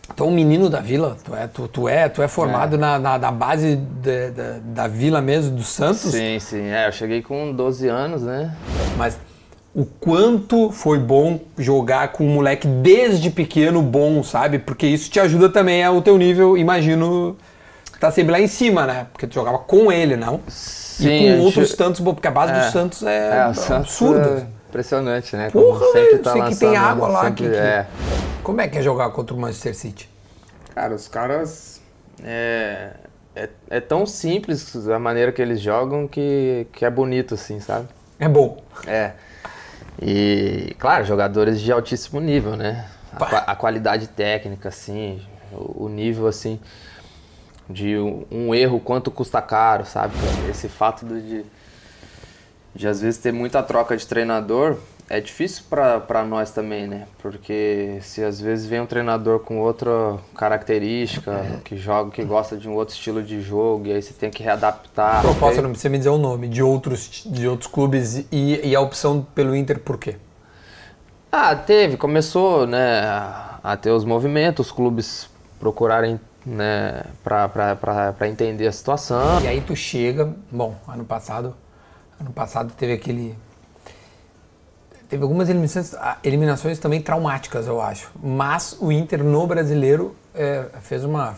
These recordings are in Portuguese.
Tu é um menino da Vila? Tu é formado na base da Vila mesmo, do Santos? Sim. Eu cheguei com 12 anos, né? Mas o quanto foi bom jogar com um moleque desde pequeno bom, sabe? Porque isso te ajuda também ao teu nível, imagino, tá sempre lá em cima, né? Porque tu jogava com ele, não? Sim. E com outros tantos, porque a base do Santos é absurda. Impressionante, né? Porra, sempre velho, sei que tem água lá. sempre, Como é que é jogar contra o Manchester City? Cara, os caras... É tão simples a maneira que eles jogam que é bonito, assim, sabe? É bom. E, claro, jogadores de altíssimo nível, né? A qualidade técnica, assim, o nível, assim, de um erro, quanto custa caro, sabe? Esse fato de às vezes ter muita troca de treinador é difícil pra nós também, né? Porque se às vezes vem um treinador com outra característica, que gosta de um outro estilo de jogo, e aí você tem que readaptar. Proposta, não precisa me dizer o nome, de outros clubes e a opção pelo Inter, por quê? Começou, né, a ter os movimentos, os clubes procurarem, né, pra entender a situação. E aí tu chega, bom, ano passado teve algumas eliminações também traumáticas, eu acho. Mas o Inter no Brasileiro fez uma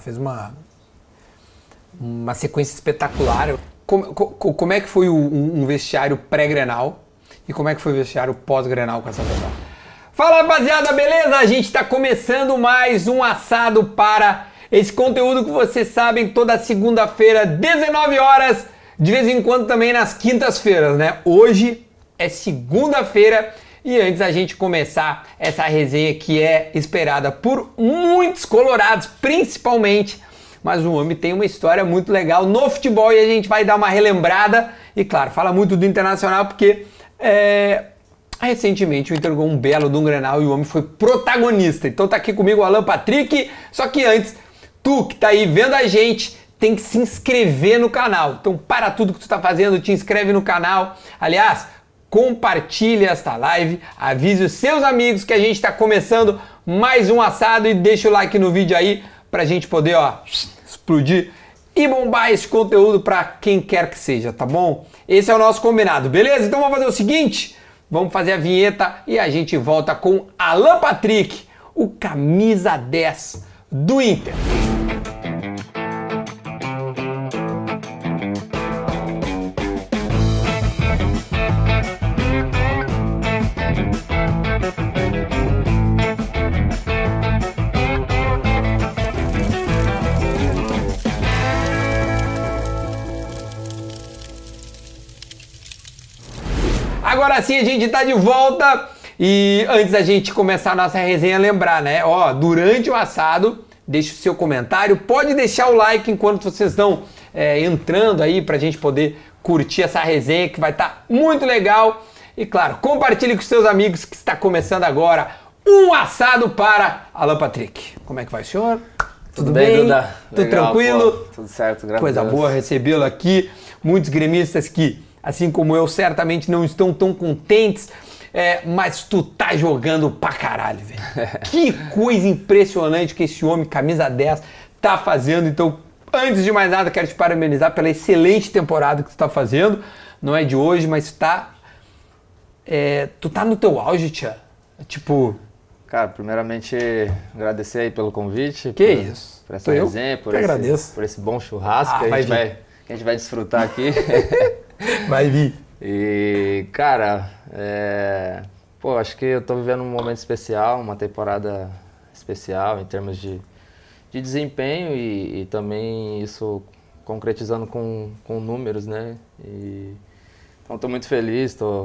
sequência espetacular. Como é que foi um vestiário pré-Grenal e como é que foi o vestiário pós-Grenal com essa pessoa? Fala, rapaziada, beleza? A gente está começando mais um assado para esse conteúdo que vocês sabem, toda segunda-feira, 19 horas, de vez em quando também nas quintas-feiras, né? Hoje é segunda-feira e antes da gente começar essa resenha que é esperada por muitos colorados, principalmente, mas o homem tem uma história muito legal no futebol e a gente vai dar uma relembrada e, claro, fala muito do Internacional porque recentemente o Inter jogou um belo de um Grenal e o homem foi protagonista. Então tá aqui comigo o Alan Patrick, só que antes, tu que tá aí vendo a gente, tem que se inscrever no canal. Então para tudo que tu tá fazendo, te inscreve no canal. Aliás, compartilhe esta live, avise os seus amigos que a gente está começando mais um assado e deixa o like no vídeo aí pra gente poder, explodir e bombar esse conteúdo pra quem quer que seja, tá bom? Esse é o nosso combinado, beleza? Então vamos fazer o seguinte, vamos fazer a vinheta e a gente volta com Alan Patrick, o camisa 10 do Inter. Agora sim a gente tá de volta e antes da gente começar a nossa resenha, lembrar, né? Durante o assado, deixa o seu comentário, pode deixar o like enquanto vocês estão entrando aí pra gente poder curtir essa resenha que vai estar muito legal. E claro, compartilhe com seus amigos que está começando agora um assado para Alan Patrick. Como é que vai, senhor? Tudo bem, Duda? Tudo Legal, tranquilo? Pô. Tudo certo, graças Coisa a Deus. boa recebê-lo aqui. Muitos gremistas que, assim como eu, certamente não estão tão contentes, mas tu tá jogando pra caralho, velho. Que coisa impressionante que esse homem, camisa 10, tá fazendo. Então, antes de mais nada, quero te parabenizar pela excelente temporada que tu tá fazendo. Não é de hoje, mas tu tá no teu auge, tia. Tipo... Cara, primeiramente, agradecer aí pelo convite. Que isso. Por essa resenha, por esse bom churrasco que a gente vai desfrutar aqui. Vai vir. E, cara, acho que eu tô vivendo um momento especial, uma temporada especial em termos de desempenho e também isso concretizando com números, né? Então tô muito feliz, tô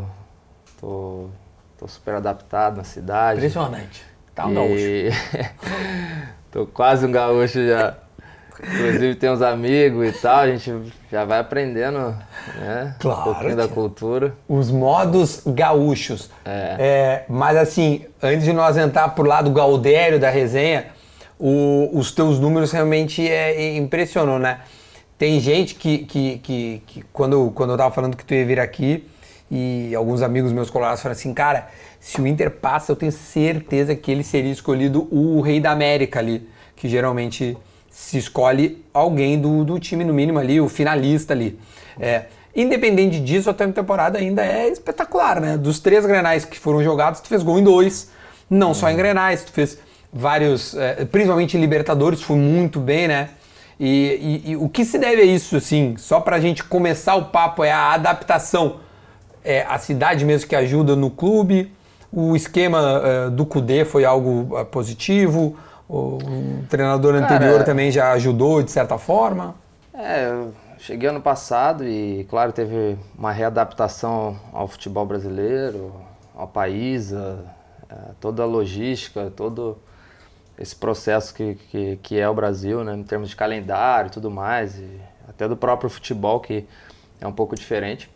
super adaptado na cidade. Impressionante. Tá um gaúcho. Tô quase um gaúcho já. Inclusive tem uns amigos e tal, a gente já vai aprendendo, né? Claro, um pouquinho da cultura. Os modos gaúchos. Mas assim, antes de nós entrar pro lado gaudério da resenha, os teus números realmente impressionam, né? Tem gente que quando eu tava falando que tu ia vir aqui, e alguns amigos meus colorados falaram assim, cara, se o Inter passa, eu tenho certeza que ele seria escolhido o Rei da América ali. que geralmente se escolhe alguém do time, no mínimo ali, o finalista ali. Independente disso, a tua temporada ainda é espetacular, né? Dos 3 Grenais que foram jogados, tu fez gol em 2, não só em Grenais, tu fez vários, principalmente em Libertadores, foi muito bem, né? E o que se deve a isso, assim, só pra gente começar o papo, é a adaptação, a cidade mesmo que ajuda no clube, o esquema do Kudê foi algo positivo, o treinador anterior também já ajudou de certa forma? Eu cheguei ano passado e, claro, teve uma readaptação ao futebol brasileiro, ao país, toda a logística, todo esse processo que é o Brasil, né, em termos de calendário e tudo mais, e até do próprio futebol, que é um pouco diferente.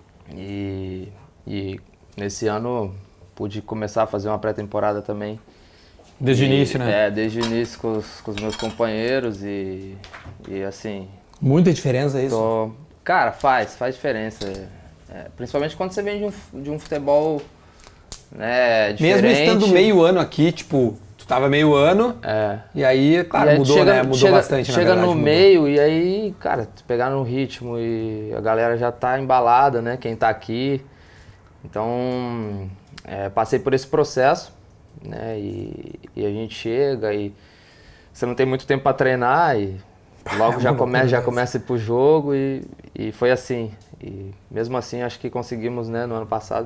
E nesse ano pude começar a fazer uma pré-temporada também. Desde o início, né? Desde o início com os meus companheiros e assim... Muita diferença isso? Cara, faz diferença. Principalmente quando você vem de um futebol, né, diferente. Mesmo estando meio ano aqui, tipo, tu tava meio ano, e aí, claro, mudou, né? Mudou bastante, na verdade. Chega no meio e aí, cara, tu pegar no ritmo e a galera já tá embalada, né? Quem tá aqui. Então, passei por esse processo, né? E a gente chega e você não tem muito tempo para treinar e logo já começa a ir pro jogo e foi assim. E mesmo assim acho que conseguimos, né, no ano passado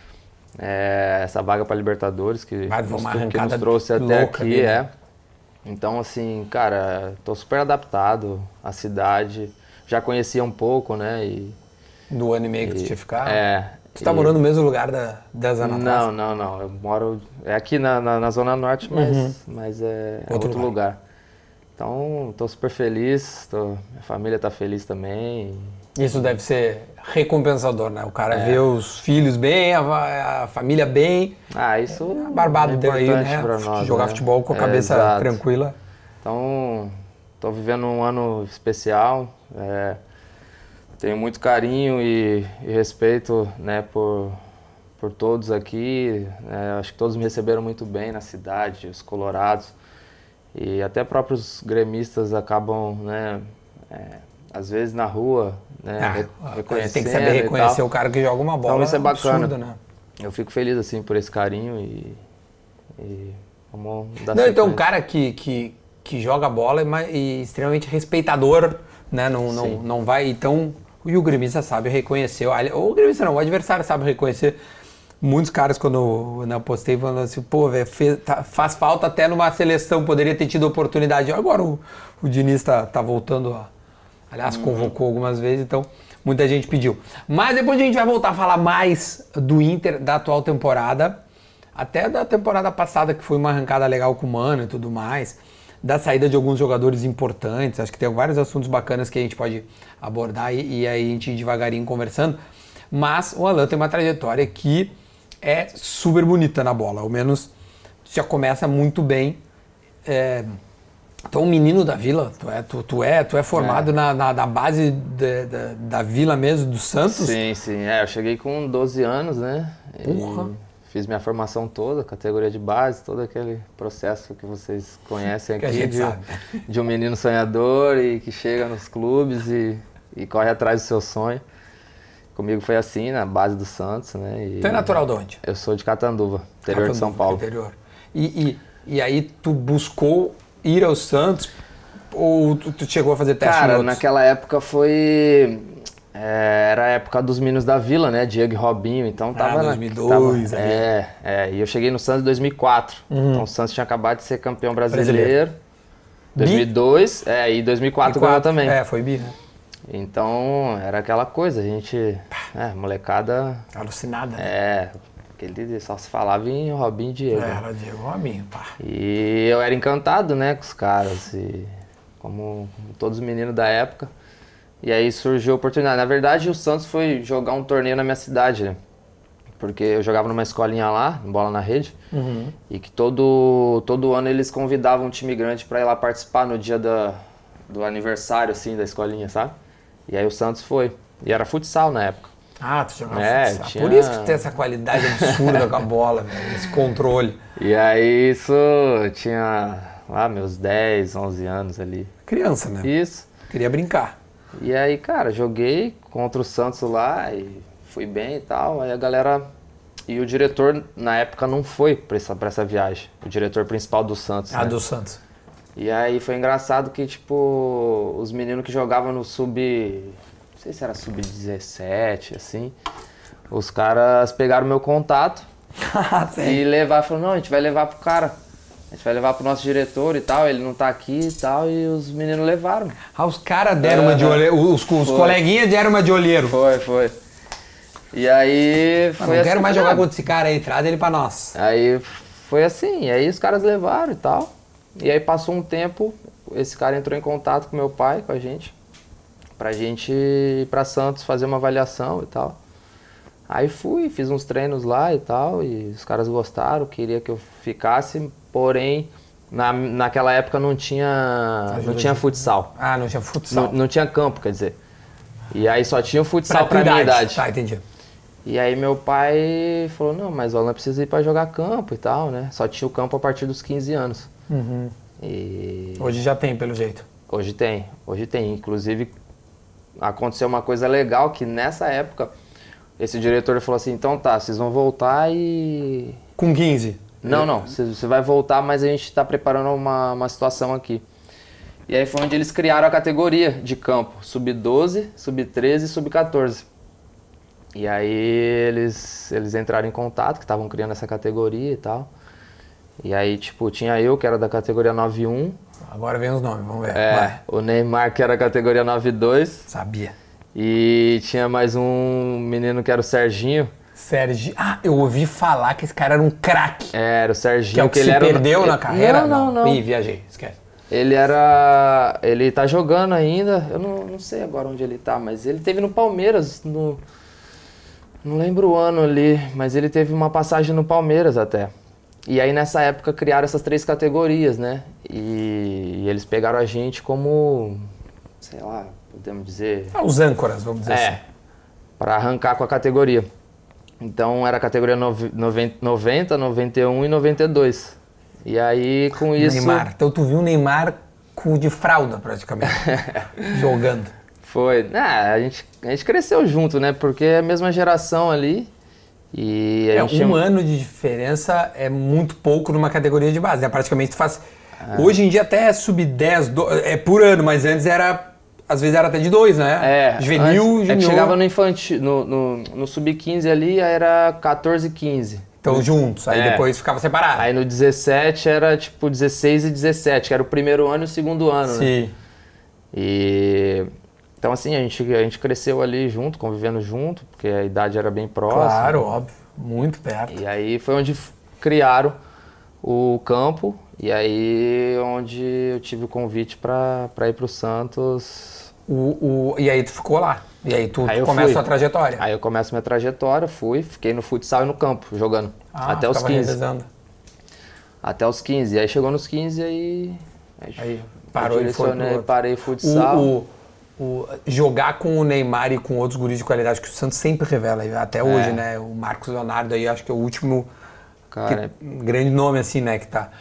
essa vaga para Libertadores que nos trouxe até aqui, né? Então assim, cara, tô super adaptado à cidade, já conhecia um pouco, né? Do ano e meio que tu tinha ficado? Tu tá morando no mesmo lugar da 10 anos atrás? Não. Eu moro aqui na Zona Norte, mas é outro lugar. Então, tô super feliz, minha família tá feliz também. Isso deve ser recompensador, né? O cara vê os filhos bem, a família bem. Isso é barbado é aí, né? Pra nós, jogar futebol com a cabeça tranquila. Então, tô vivendo um ano especial. Tenho muito carinho e respeito, né, por todos aqui. Acho que todos me receberam muito bem na cidade, os colorados. E até próprios gremistas acabam, né, às vezes na rua, né, reconhecendo. Tem que saber reconhecer o cara que joga uma bola. Então isso é bacana. Absurdo, né? Eu fico feliz assim por esse carinho e vamos dar sequência. Então um cara que joga bola e extremamente respeitador, né, não vai... Então, o gremista sabe reconhecer, o gremista não, o adversário sabe reconhecer. Muitos caras, quando eu postei, falando assim, pô, velho, faz falta até numa seleção, poderia ter tido oportunidade. Agora o Diniz tá voltando, aliás, convocou algumas vezes, então muita gente pediu. Mas depois a gente vai voltar a falar mais do Inter, da atual temporada, até da temporada passada, que foi uma arrancada legal com o Mano e tudo mais, da saída de alguns jogadores importantes. Acho que tem vários assuntos bacanas que a gente pode abordar e aí a gente ir devagarinho conversando. Mas o Alan tem uma trajetória que é super bonita na bola, ao menos já começa muito bem. Então, um menino da Vila, tu é formado na base da Vila mesmo, do Santos? Sim. Eu cheguei com 12 anos, né? Fiz minha formação toda, categoria de base, todo aquele processo que vocês conhecem aqui, de um menino sonhador e que chega nos clubes e corre atrás do seu sonho. Comigo foi assim, na base do Santos, né? Tu é natural de onde? Eu sou de Catanduva, interior de São Paulo. Interior. E aí tu buscou ir ao Santos ou tu chegou a fazer teste? Cara, naquela época era a época dos meninos da Vila, né? Diego e Robinho, então tava... 2002. E eu cheguei no Santos em 2004. Então o Santos tinha acabado de ser campeão brasileiro. 2002, e 2004 ganhou também. Foi bi, né? Então, era aquela coisa, a gente, molecada... Alucinada, né? Aquele só se falava em Robinho e Diego. Era Diego e Robinho, pá. E eu era encantado, né, com os caras, como todos os meninos da época. E aí surgiu a oportunidade. Na verdade, o Santos foi jogar um torneio na minha cidade, né? Porque eu jogava numa escolinha lá, bola na rede, e que todo ano eles convidavam um time grande para ir lá participar no dia do aniversário, assim, da escolinha, sabe? E aí o Santos foi. E era futsal na época. Tu jogava futsal. Por isso que tu tem essa qualidade absurda com a bola, velho, esse controle. E aí isso tinha lá meus 10, 11 anos ali. Criança, né? Isso. Queria brincar. E aí, cara, joguei contra o Santos lá e fui bem e tal. Aí a galera... E o diretor, na época, não foi pra essa viagem. O diretor principal do Santos, né? Do Santos. E aí foi engraçado que, tipo, os meninos que jogavam no não sei se era sub-17, assim, os caras pegaram meu contato e falaram, não, a gente vai levar pro cara. A gente vai levar pro nosso diretor e tal, ele não tá aqui e tal, e os meninos levaram. Os caras deram uma de olheiro, os coleguinhas deram uma de olheiro. Foi. E aí foi não assim, quero mais jogar contra esse cara aí, traz ele pra nós. Aí foi assim, e aí os caras levaram e tal. E aí passou um tempo, esse cara entrou em contato com meu pai, com a gente, pra gente ir pra Santos fazer uma avaliação e tal. Aí fui, fiz uns treinos lá e tal, e os caras gostaram, queria que eu ficasse, porém, naquela época não tinha futsal. Não tinha futsal. Não tinha campo, quer dizer. E aí só tinha o futsal pra minha idade. Tá, entendi. E aí meu pai falou, não, mas o Alan precisa ir pra jogar campo e tal, né? Só tinha o campo a partir dos 15 anos. Uhum. E... Hoje já tem, pelo jeito. Hoje tem. Inclusive, aconteceu uma coisa legal que nessa época, esse diretor falou assim, então tá, vocês vão voltar e... Com 15? Não, você vai voltar, mas a gente tá preparando uma situação aqui. E aí foi onde eles criaram a categoria de campo, sub-12, sub-13 e sub-14. E aí eles entraram em contato, que estavam criando essa categoria e tal. E aí, tipo, tinha eu, que era da categoria 9-1. Agora vem os nomes, vamos ver. Vai. O Neymar, que era da categoria 9-2. Sabia. E tinha mais um menino que era o Serginho. Eu ouvi falar que esse cara era um craque. Era o Serginho. Que é o que ele se perdeu na carreira? Não. Ih, viajei, esquece. Ele tá jogando ainda, eu não sei agora onde ele tá, mas ele teve no Palmeiras, não lembro o ano ali, mas ele teve uma passagem no Palmeiras até. E aí nessa época criaram essas 3 categorias, né? E eles pegaram a gente como, sei lá, podemos dizer... Os âncoras, vamos dizer assim. Pra arrancar com a categoria. Então era a categoria 90, 91 e 92. E aí com isso... Neymar. Então tu viu o Neymar de fralda praticamente, jogando. Foi. A gente cresceu junto, né? Porque é a mesma geração ali. E a gente ano de diferença é muito pouco numa categoria de base, né? Praticamente tu faz... Hoje em dia até é sub-10, é por ano, mas antes às vezes era até de 2, né? Juvenil, junior. É que chegava no infantil, no sub-15 ali, aí era 14 e 15. Então juntos, aí depois ficava separado. Aí no 17 era tipo 16 e 17, que era o primeiro ano e o segundo ano, Sim. né? E... Então assim, a gente cresceu ali junto, convivendo junto, porque a idade era bem próxima. Claro, óbvio, muito perto. E aí foi onde criaram o campo, e aí onde eu tive o convite para ir pro Santos. E aí tu ficou lá? E aí tu começa a tua trajetória? Aí eu começo minha trajetória, fiquei no futsal e no campo, jogando. Até os 15. Realizando. Até os 15. Aí chegou nos 15 aí parou e foi pro outro. Parei futsal. Jogar com o Neymar e com outros guris de qualidade que o Santos sempre revela, até hoje, né? O Marcos Leonardo aí, acho que é o último grande nome assim, né, que tá.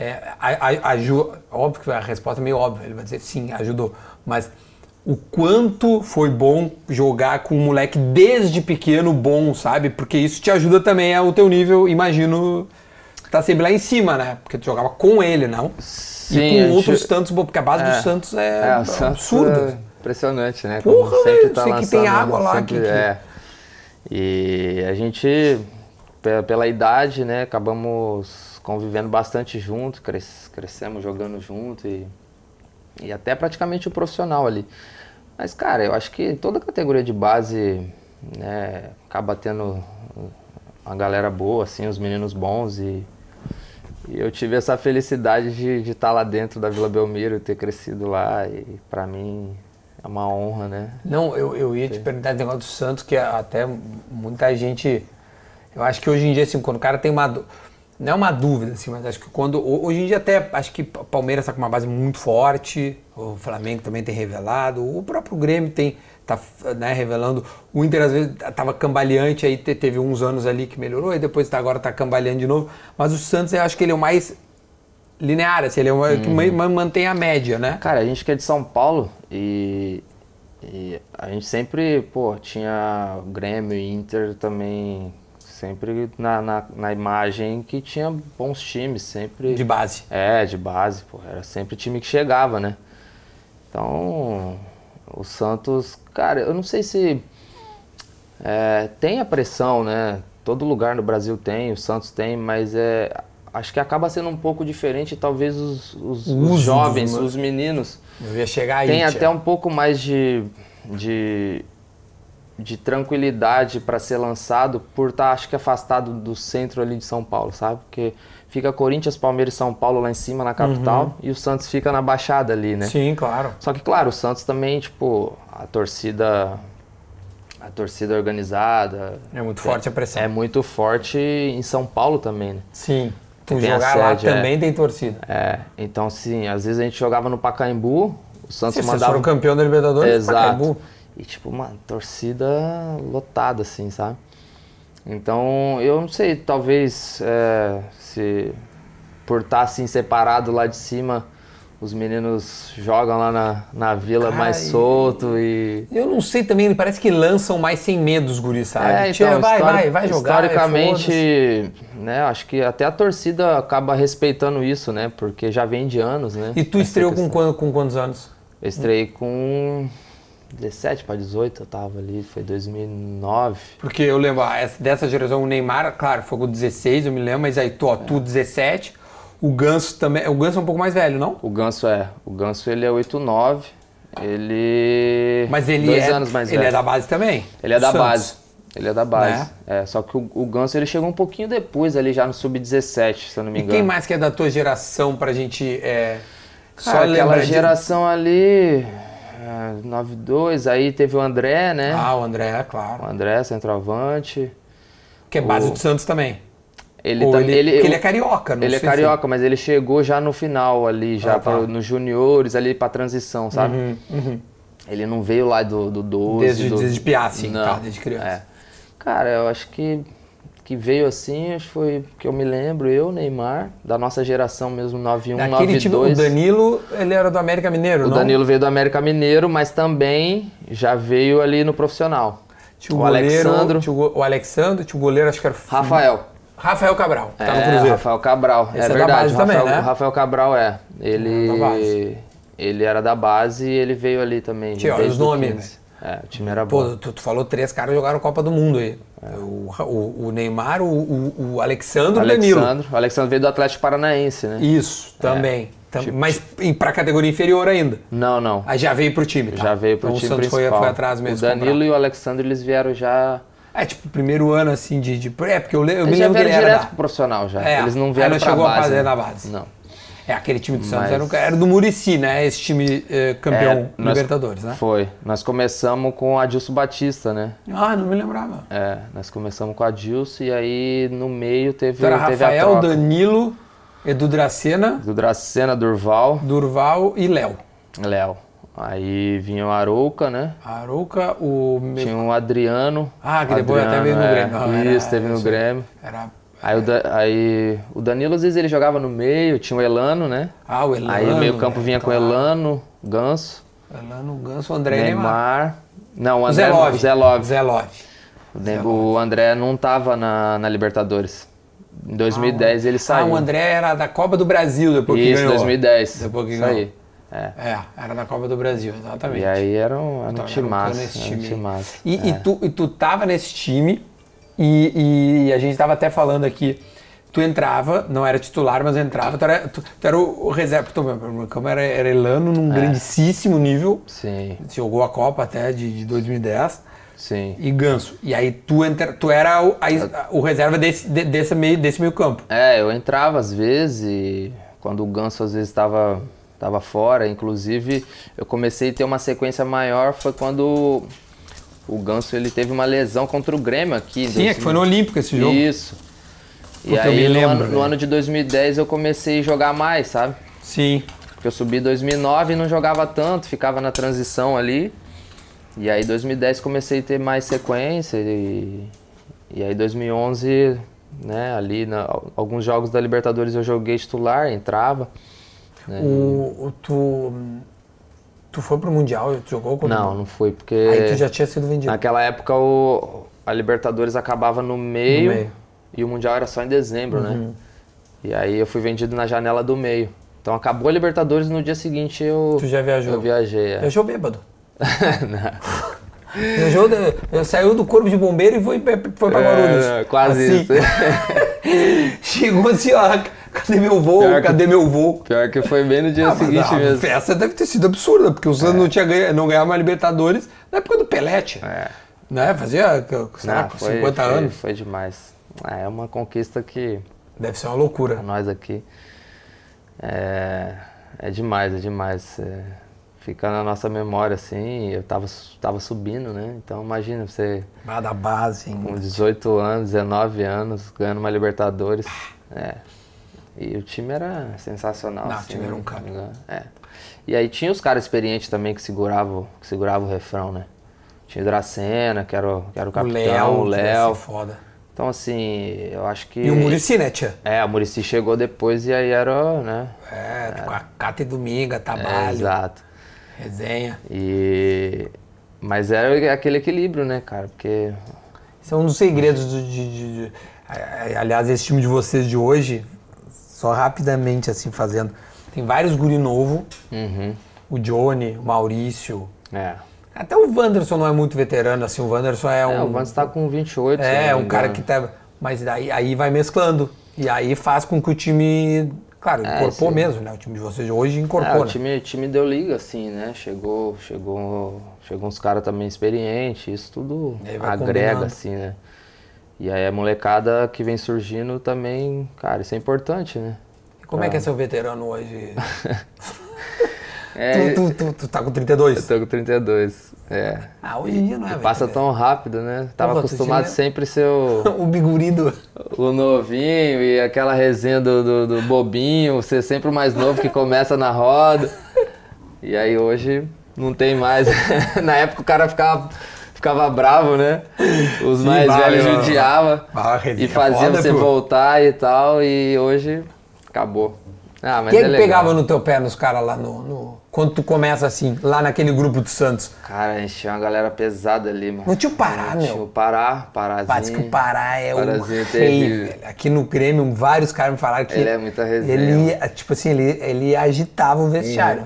Óbvio que a resposta é meio óbvia, ele vai dizer sim, ajudou, mas o quanto foi bom jogar com um moleque desde pequeno bom, sabe? Porque isso te ajuda também ao teu nível, imagino, tá sempre lá em cima, né? Porque tu jogava com ele, não? Sim, e com outros tantos, porque a base do Santos é absurda. Impressionante, né? Porra, como sempre tá sei lançando, que tem água lá. Sempre, E a gente, pela idade, né, acabamos convivendo bastante junto, crescemos jogando junto e até praticamente o profissional ali. Mas, cara, eu acho que toda categoria de base, né, acaba tendo uma galera boa, assim, os meninos bons e eu tive essa felicidade de estar lá dentro da Vila Belmiro, ter crescido lá e pra mim é uma honra, né? Não, eu ia te perguntar esse negócio do Santos, que até muita gente... Eu acho que hoje em dia, assim, quando o cara tem uma... Não é uma dúvida, assim, mas acho que hoje em dia até, acho que o Palmeiras está com uma base muito forte, o Flamengo também tem revelado, o próprio Grêmio tá, né, revelando, o Inter às vezes estava cambaleante, aí teve uns anos ali que melhorou, e depois agora está cambaleando de novo, mas o Santos eu acho que ele é o mais linear, assim, ele é uma que mantém a média, né? Cara, a gente que é de São Paulo e a gente sempre, pô, tinha o Grêmio e Inter também, sempre na imagem que tinha bons times, sempre... De base. De base, pô, era sempre time que chegava, né? Então, o Santos, cara, eu não sei se tem a pressão, né? Todo lugar no Brasil tem, o Santos tem, mas acho que acaba sendo um pouco diferente, talvez os jovens, os meninos. Eu ia chegar aí. Tem até um pouco mais de tranquilidade para ser lançado por estar, acho que, afastado do centro ali de São Paulo, sabe? Porque fica Corinthians, Palmeiras e São Paulo lá em cima na capital e o Santos fica na Baixada ali, né? Sim, claro. Só que, claro, o Santos também, tipo, a torcida organizada... É muito forte a pressão. É muito forte em São Paulo também, né? Sim. Tu jogar lá também tem torcida. Então, sim, às vezes a gente jogava no Pacaembu, o Santos mandava... Vocês foram campeão da Libertadores? Exato. Pacaembu. E, tipo, uma torcida lotada, assim, sabe? Então, eu não sei, talvez se por estar, assim, separado lá de cima, os meninos jogam lá na vila mais solto e... Eu não sei também, parece que lançam mais sem medo os guris, sabe? Então, vai jogar. Historicamente, né, acho que até a torcida acaba respeitando isso, né? Porque já vem de anos, né? E tu estreou com quantos anos? Eu estreiei com 17 para 18, eu tava ali, foi 2009. Porque eu lembro, dessa geração, o Neymar, claro, foi com 16, eu me lembro, mas aí tu 17... O Ganso também. O Ganso é um pouco mais velho, não? O Ganso ele é 8'9". Mas ele 2 anos mais velho. Ele é da base também? Ele é da base. Ele é da base. Né? Só que o Ganso ele chegou um pouquinho depois, ali já no Sub-17, se eu não me engano. E quem mais que é da tua geração pra gente. Só aquela geração ali. 92, aí teve o André, né? Ah, o André, claro. O André, centroavante. Que é base do Santos também. Ele é carioca, não Ele é carioca, mas ele chegou já no final ali, já nos juniores, ali pra transição, sabe? Ele não veio lá do 12. Desde piá, assim, não, desde criança. Cara, eu acho que veio assim, acho que foi que eu me lembro, eu, Neymar, da nossa geração mesmo, 91, 92. Time, o Danilo, ele era do América Mineiro, não? O Danilo veio do América Mineiro, mas também já veio ali no profissional. Tinha o Alexandro. Tinha o goleiro, acho que era... Rafael Cabral, que tá no Cruzeiro. Rafael Cabral, Esse verdade. Da base também, né? O Rafael Cabral ele era da base e ele veio ali também. Tinha os nomes. O time era bom. Tu falou 3 caras que jogaram Copa do Mundo aí. O Neymar, o Alexandre e o Danilo. O Alexandre veio do Atlético Paranaense, né? Isso, também. Mas pra categoria inferior ainda? Não. Aí já veio pro time, tá? Já veio pro time principal. O Santos foi atrás mesmo. O Danilo e o Alexandre, eles vieram já... tipo, primeiro ano, assim, porque eu me lembro que ele era direto pro profissional já. Eles não vieram pra chegou base. A fazer na base. Não. Aquele time do Santos era do Muricy, né? Esse time campeão Libertadores, né? Foi. Nós começamos com o Adilson Batista, né? Ah, não me lembrava. Nós começamos com o Adilson e aí no meio teve então era Rafael, Danilo, Edu Dracena, Durval e Léo. Aí vinha o Arouca, né? Tinha o Adriano. Que depois até veio no Grêmio. Teve no Grêmio. Aí o Danilo, às vezes, ele jogava no meio, tinha o Elano, né? O Elano. Aí o meio campo vinha com o Elano, Ganso, André Neymar. Não, o André, Zé Love. O André não tava na Libertadores. Em 2010 ele saiu. O André era da Copa do Brasil depois que ganhou. 2010. Depois que isso ganhou. aí. Era da Copa do Brasil, exatamente. E aí era um time massa. E tu tava nesse time e a gente tava até falando aqui, tu entrava, não era titular, mas entrava, tu era o reserva, o campo era Elano num grandíssimo nível. Sim. Jogou a Copa até de 2010. Sim. E Ganso. E aí tu era o reserva desse meio campo. Eu entrava às vezes e quando o Ganso às vezes estava fora, inclusive eu comecei a ter uma sequência maior, foi quando o Ganso ele teve uma lesão contra o Grêmio aqui. Sim, que foi no Olímpico esse jogo. Isso. E aí no ano de 2010 eu comecei a jogar mais, sabe? Sim. Porque eu subi em 2009 e não jogava tanto, ficava na transição ali. E aí em 2010 comecei a ter mais sequência e aí em 2011 né? Ali, alguns jogos da Libertadores eu joguei titular, entrava. Né? Tu foi pro Mundial? Tu jogou? Não fui, porque... Aí tu já tinha sido vendido. Naquela época a Libertadores acabava no meio e o Mundial era só em dezembro, né? E aí eu fui vendido na janela do meio. Então acabou a Libertadores, no dia seguinte Tu já viajou? Eu viajei, Viajou bêbado? Viajou, saiu do corpo de bombeiro e foi pra Guarulhos. Quase assim. isso. Chegou assim, ó, cadê meu voo? Meu voo? Pior que foi bem no dia seguinte mesmo. A festa deve ter sido absurda, porque o Santos não ganhava mais Libertadores na época do Pelete. Né? Fazia, sei lá, 50 anos. Foi demais. É uma conquista que... Deve ser uma loucura. Pra nós aqui. É demais, é demais. Fica na nossa memória, assim, eu tava subindo, né? Então imagina você... Da base, hein? Com 18 anos, 19 anos, ganhando uma Libertadores. E o time era sensacional. Não, assim, o time era um cara. E aí tinha os caras experientes também que seguravam o refrão, né? Tinha o Dracena, que era o capitão, o Léo. Foda. Então, assim, eu acho que... E o Muricy, né, tia? O Muricy chegou depois e aí era, né? Com a Cata e Dominga, Trabalho. Exato. Resenha. Mas era aquele equilíbrio, né, cara? Porque... Esse é um dos segredos aliás, esse time de vocês de hoje, só rapidamente, assim, fazendo. Tem vários guri novo. O Johnny, o Maurício. Até o Wanderson não é muito veterano, assim, o Wanderson o Wanderson tá com 28. Um cara que tá... Mas daí aí vai mesclando. E aí faz com que o time... Claro, incorporou mesmo, né? O time de vocês de hoje incorporou, o time deu liga, assim, né? Chegou uns caras também experientes, isso tudo agrega, combinando. Assim, né? E aí a molecada que vem surgindo também, cara, isso é importante, né? E como é que é ser veterano hoje? Tu tá com 32? Eu tô com 32, hoje em dia não é, passa tão rápido, né? Tava acostumado sempre a ser o bigurido. O novinho e aquela resenha do bobinho, ser sempre o mais novo que começa na roda. E aí hoje não tem mais. Na época o cara ficava bravo, né? Os mais velhos judiavam e faziam você voltar e tal. E hoje acabou. Mas Quem pegava no teu pé nos caras lá quando tu começa assim, lá naquele grupo do Santos? Cara, a gente tinha uma galera pesada ali, mano. Não tinha o Pará, meu? Tinha o Parázinho. Parece que o Pará é o rei, velho. Aqui no Grêmio, vários caras me falaram que... Ele é muita resenha. Ele agitava o vestiário.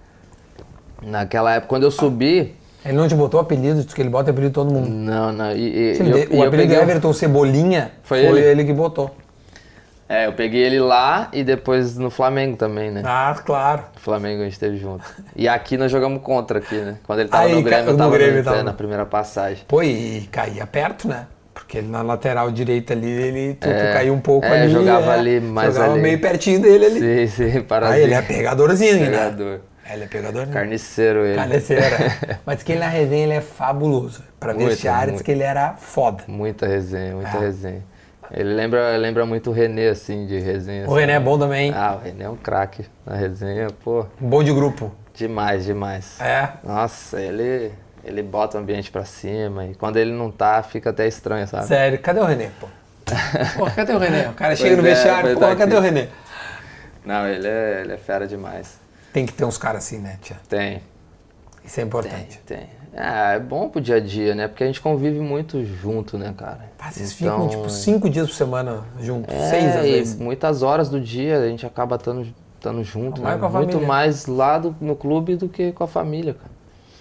Naquela época, quando eu subi... Ele não te botou apelido, que ele bota apelido de todo mundo. Não. O apelido do Everton Cebolinha foi ele que botou. Eu peguei ele lá e depois no Flamengo também, né? Claro. No Flamengo a gente esteve junto. E aqui nós jogamos contra aqui, né? Quando ele tava no Grêmio, eu tava na primeira passagem. Pô, e caía perto, né? Porque ele na lateral direita ali, tu caiu um pouco ali. Jogava ali, mais jogava ali. meio pertinho dele ali. Sim, Parazinho. Ele é pegadorzinho, Pegador. né? Ele é pegadorzinho. Carniceiro ele. Mas que ele na resenha ele é fabuloso. Pra vestiário, diz que ele era foda. Muita resenha. Ele lembra muito o René, assim, de resenha. O René é bom também. O René é um craque na resenha, pô. Bom de grupo. Demais. Nossa, ele bota o ambiente pra cima e quando ele não tá, fica até estranho, sabe? Sério, cadê o René, pô? Cadê o René? O cara chega no vestiário, cadê o René? Não, ele é fera demais. Tem que ter uns caras assim, né, tia? Tem. Isso é importante. Tem. É bom pro dia a dia, né? Porque a gente convive muito junto, né, cara? Vocês ficam, tipo, 5 dias por semana juntos, 6 às vezes. Muitas horas do dia a gente acaba estando junto, né? Com a muito família. mais lá no clube do que com a família, cara.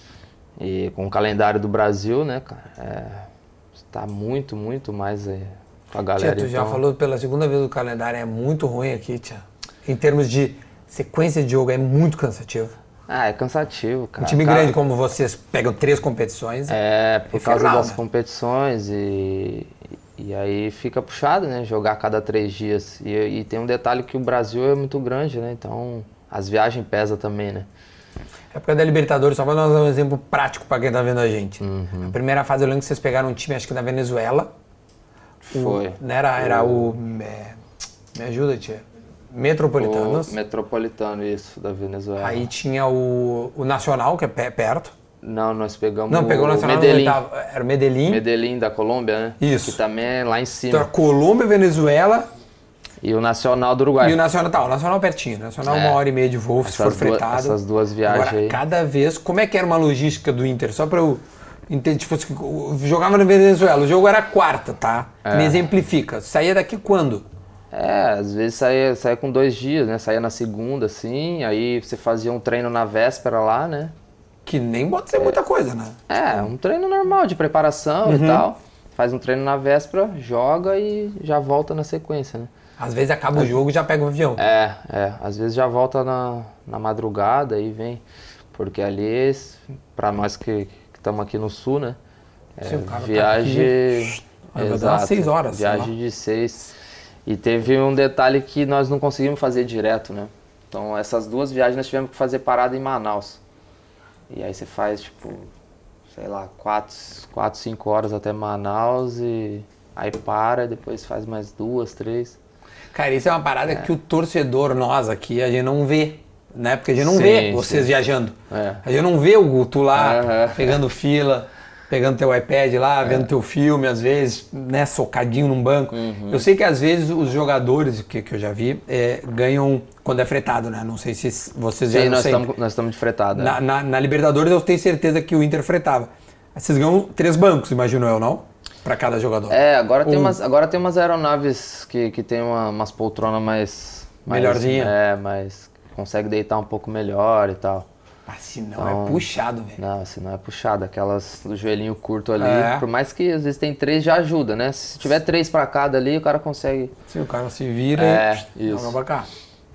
E com o calendário do Brasil, né, cara? Tá muito mais com a galera. Tia, tu já falou pela segunda vez, o calendário é muito ruim aqui, tia. Em termos de sequência de jogo, é muito cansativo. É cansativo, cara. Um time grande como vocês pegam 3 competições. Por causa das competições e aí fica puxado, né? Jogar a cada 3 dias. E tem um detalhe que o Brasil é muito grande, né? Então as viagens pesam também, né? A época da Libertadores, só para nós dar um exemplo prático para quem tá vendo a gente. A primeira fase eu lembro que vocês pegaram um time, acho que da Venezuela. Foi. Era o... Me ajuda, tia. Metropolitanos. O Metropolitano, isso, da Venezuela. Aí tinha o Nacional, que é perto. Não, nós pegamos Não, pegou o Nacional Medellín. Era o Medellín. Medellín da Colômbia, né? Isso. Que também é lá em cima. Então, a Colômbia, Venezuela E o Nacional do Uruguai. e o Nacional. Tá, o Nacional pertinho. O Nacional 1h30 de voo, se for fretado. Essas duas viagens Agora, aí. cada vez, como é que era uma logística do Inter? Só pra eu entender, tipo, jogava na Venezuela, o jogo era quarta, tá? Me exemplifica. Saía daqui quando? Às vezes saía com 2 dias, né? Saía na segunda, assim, aí você fazia um treino na véspera lá, né? Que nem pode ser muita coisa, né? Um treino normal de preparação e tal. Faz um treino na véspera, joga e já volta na sequência, né? Às vezes acaba o jogo e já pega o avião. Às vezes já volta na madrugada e vem. Porque ali, pra nós que estamos aqui no sul, né? Sim, o cara viagem... Vai dar umas 6 horas. Viagem de 6. E teve um detalhe que nós não conseguimos fazer direto, né? Então essas 2 viagens nós tivemos que fazer parada em Manaus. E aí você faz, tipo, sei lá, 4, 5 horas até Manaus e aí para e depois faz mais 2, 3. Cara, isso é uma parada que o torcedor, nós aqui, a gente não vê, né? Porque a gente não vê vocês viajando. A gente não vê o Guto lá, pegando fila, pegando teu iPad lá, vendo teu filme, às vezes, né, socadinho num banco. Eu sei que às vezes os jogadores, que eu já vi, ganham quando é fretado, né? Não sei se vocês já nós estamos de fretado. Na Libertadores eu tenho certeza que o Inter fretava. Vocês ganham 3 bancos, imagino eu, não? Pra cada jogador. Agora tem umas aeronaves que tem umas poltronas mais... Melhorzinha. Mas consegue deitar um pouco melhor e tal. Se não é puxado, velho. Não, se não é puxado. Aquelas do joelhinho curto ali, por mais que às vezes tem 3, já ajuda, né? Se tiver 3 pra cada ali, o cara consegue... Sim, o cara se vira e isso. joga pra cá.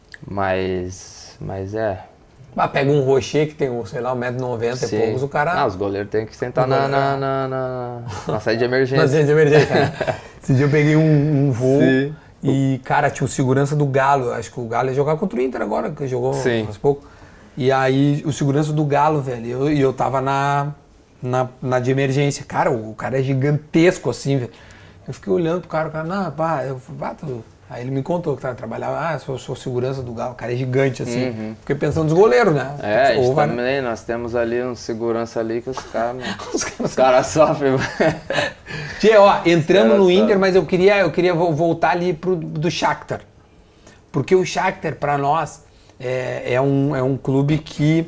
Mas pega um Rocher que tem, sei lá, 1,90 m e poucos, o cara... os goleiros têm que sentar na saída de emergência. Na saída de emergência, né? Esse dia eu peguei um voo e, cara, tinha o segurança do Galo. Acho que o Galo ia jogar contra o Inter agora, que jogou faz pouco. E aí, o segurança do Galo, velho, eu tava na de emergência. Cara, o cara é gigantesco, assim, velho. Eu fiquei olhando pro cara, não, pá, Aí ele me contou que trabalhava, eu sou segurança do Galo, o cara é gigante, assim. Fiquei pensando nos goleiros, né? Também, nós temos ali um segurança ali que os caras sofrem. Tchê, ó, entramos no Inter, mas eu queria voltar ali do Shakhtar. Porque o Shakhtar, pra nós, é um clube que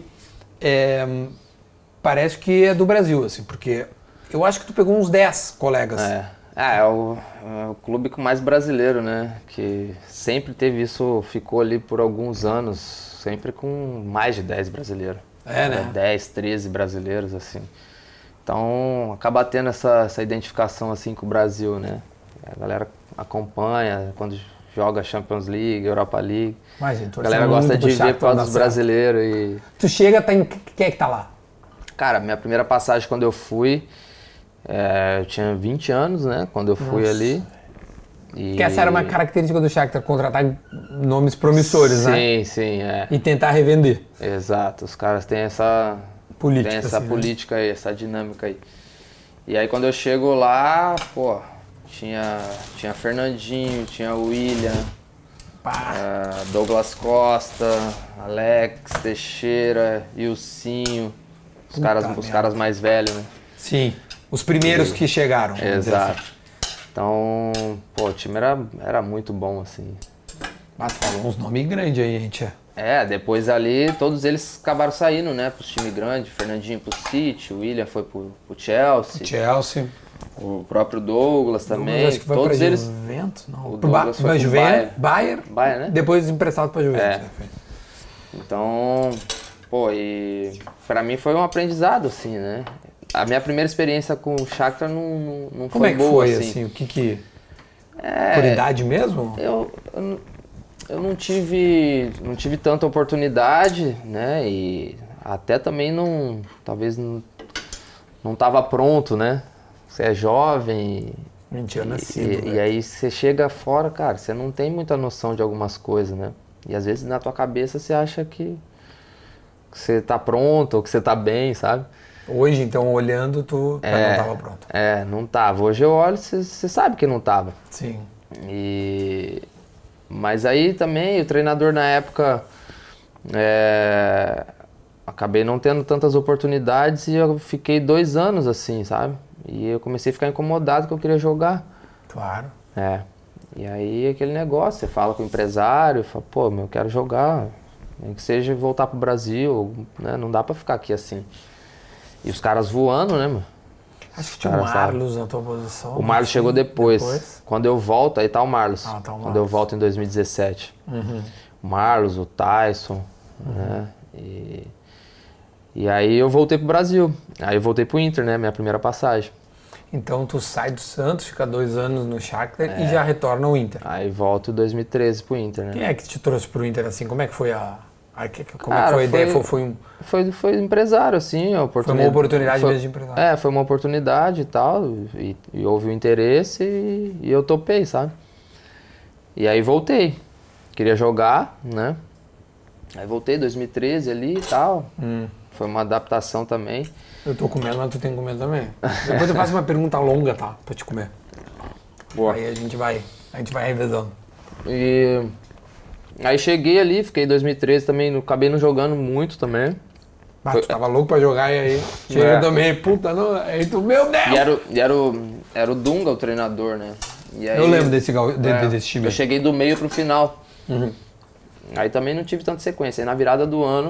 parece que é do Brasil, assim, porque eu acho que tu pegou uns 10 colegas. É o clube mais brasileiro, né? Que sempre teve isso, ficou ali por alguns anos, sempre com mais de 10 brasileiros. Né? 10, 13 brasileiros, assim. Então, acaba tendo essa identificação, assim, com o Brasil, né? A galera acompanha quando joga Champions League, Europa League. Imagina, a galera gosta de ver todos os brasileiros e... Tu chega, quem é que tá lá? Cara, minha primeira passagem quando eu fui... eu tinha 20 anos, né? Quando eu fui ali. Que essa era uma característica do Shakhtar, contratar nomes promissores, né? Sim. E tentar revender. Exato. Os caras têm essa política aí, essa dinâmica aí. E aí quando eu chego lá, pô, tinha Fernandinho, tinha William, Douglas Costa, Alex Teixeira, Ilcinho, os caras mais velhos, né? Sim. Os primeiros que chegaram. Exato. Então, pô, o time era muito bom, assim. Mas falou uns nomes grandes aí, gente. Depois ali, todos eles acabaram saindo, né, pros times grandes. Fernandinho pro City, o William foi pro Chelsea. O próprio Douglas também. Acho que foi todos pra eles. Juventus, não. O Douglas foi pro Bayern, né? Depois emprestado pra Juventus. Então, pô, e pra mim foi um aprendizado, assim, né? A minha primeira experiência com o Shakhtar não foi boa, assim. Como é que foi, assim? O que... Por idade mesmo? Eu não tive tanta oportunidade, né? E até também talvez não estava pronto, né? Você é jovem. Mentira, nascido. E aí você chega fora, cara, você não tem muita noção de algumas coisas, né? E às vezes na tua cabeça você acha que você tá pronto ou que você tá bem, sabe? Hoje, então, olhando, tu não estava pronto. Não tava. Hoje eu olho, você sabe que não tava. Sim. Mas aí também o treinador na época acabei não tendo tantas oportunidades e eu fiquei 2 anos assim, sabe? E eu comecei a ficar incomodado que eu queria jogar. Claro. E aí aquele negócio, você fala com o empresário, fala, pô, eu quero jogar, nem que seja voltar pro Brasil, né? Não dá pra ficar aqui assim. E os caras voando, né, mano? Acho que tinha o Marlos na tua posição. O Marlos chegou depois. Quando eu volto, aí tá o Marlos. Tá o Marlos. Quando eu volto em 2017. O Marlos, o Tyson, né? E aí eu voltei pro Brasil. Aí eu voltei pro Inter, né? Minha primeira passagem. Então tu sai do Santos, fica 2 anos no Shakhtar e já retorna ao Inter. Aí volto em 2013 pro Inter, né? Quem é que te trouxe pro Inter assim? Como é que foi como é que foi a ideia? Foi empresário, assim, a oportunidade. Foi uma oportunidade mesmo de empresário. Foi uma oportunidade e tal, e houve o interesse e eu topei, sabe? E aí voltei. Queria jogar, né? Aí voltei em 2013 ali e tal. Foi uma adaptação também. Eu tô comendo, mas tu tem que comer também. Depois eu faço uma pergunta longa, tá? Pra te comer. Boa. Aí a gente vai revezando. E aí cheguei ali, fiquei em 2013 também, acabei não jogando muito também. Mas tu tava louco pra jogar e aí chega também, puta, não, aí tu, meu Deus! E era o Dunga o treinador, né? E aí, eu lembro desse time. Eu cheguei do meio pro final. Aí também não tive tanta sequência. Aí na virada do ano,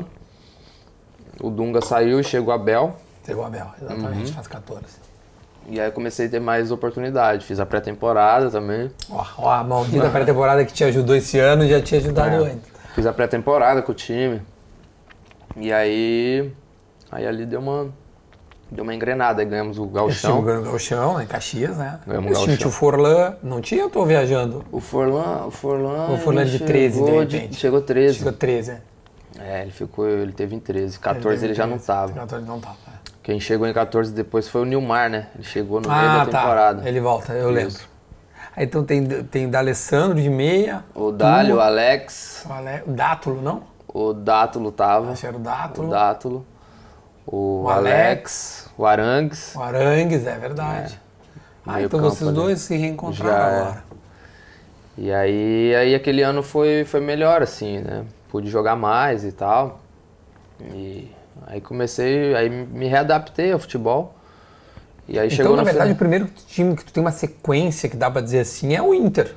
o Dunga saiu e chegou o Abel. Chegou o Abel, exatamente, faz 14. E aí eu comecei a ter mais oportunidade. Fiz a pré-temporada também. Ó, a maldita pré-temporada que te ajudou esse ano e já tinha ajudado antes. Fiz a pré-temporada com o time. E aí ali deu uma engrenada. Aí ganhamos o Gauchão. Ganhamos o Gauchão, em Caxias, né? Ganhamos o Gauchão. Tinha o Forlan, não tinha ou eu tô viajando? O Forlan de 13, de repente. Chegou 13. Chegou 13, ele teve em 13. 14 ele já não tava. 14 não tava, Quem chegou em 14 depois foi o Nilmar, né? Ele chegou no meio da temporada. Ele volta, eu lembro. Aí então tem o D'Alessandro de meia. O Dálio, o Alex. O Dátulo, não? O Dátulo tava. Acho que era o Dátulo. O Dátulo. O Alex. O Arangues. O Arangues, é verdade. Então vocês dois se reencontraram agora. E aí aquele ano foi melhor, assim, né? Pude jogar mais e tal. E aí aí me readaptei ao futebol. E aí então, na verdade, o primeiro time que tu tem uma sequência, que dá pra dizer assim, é o Inter.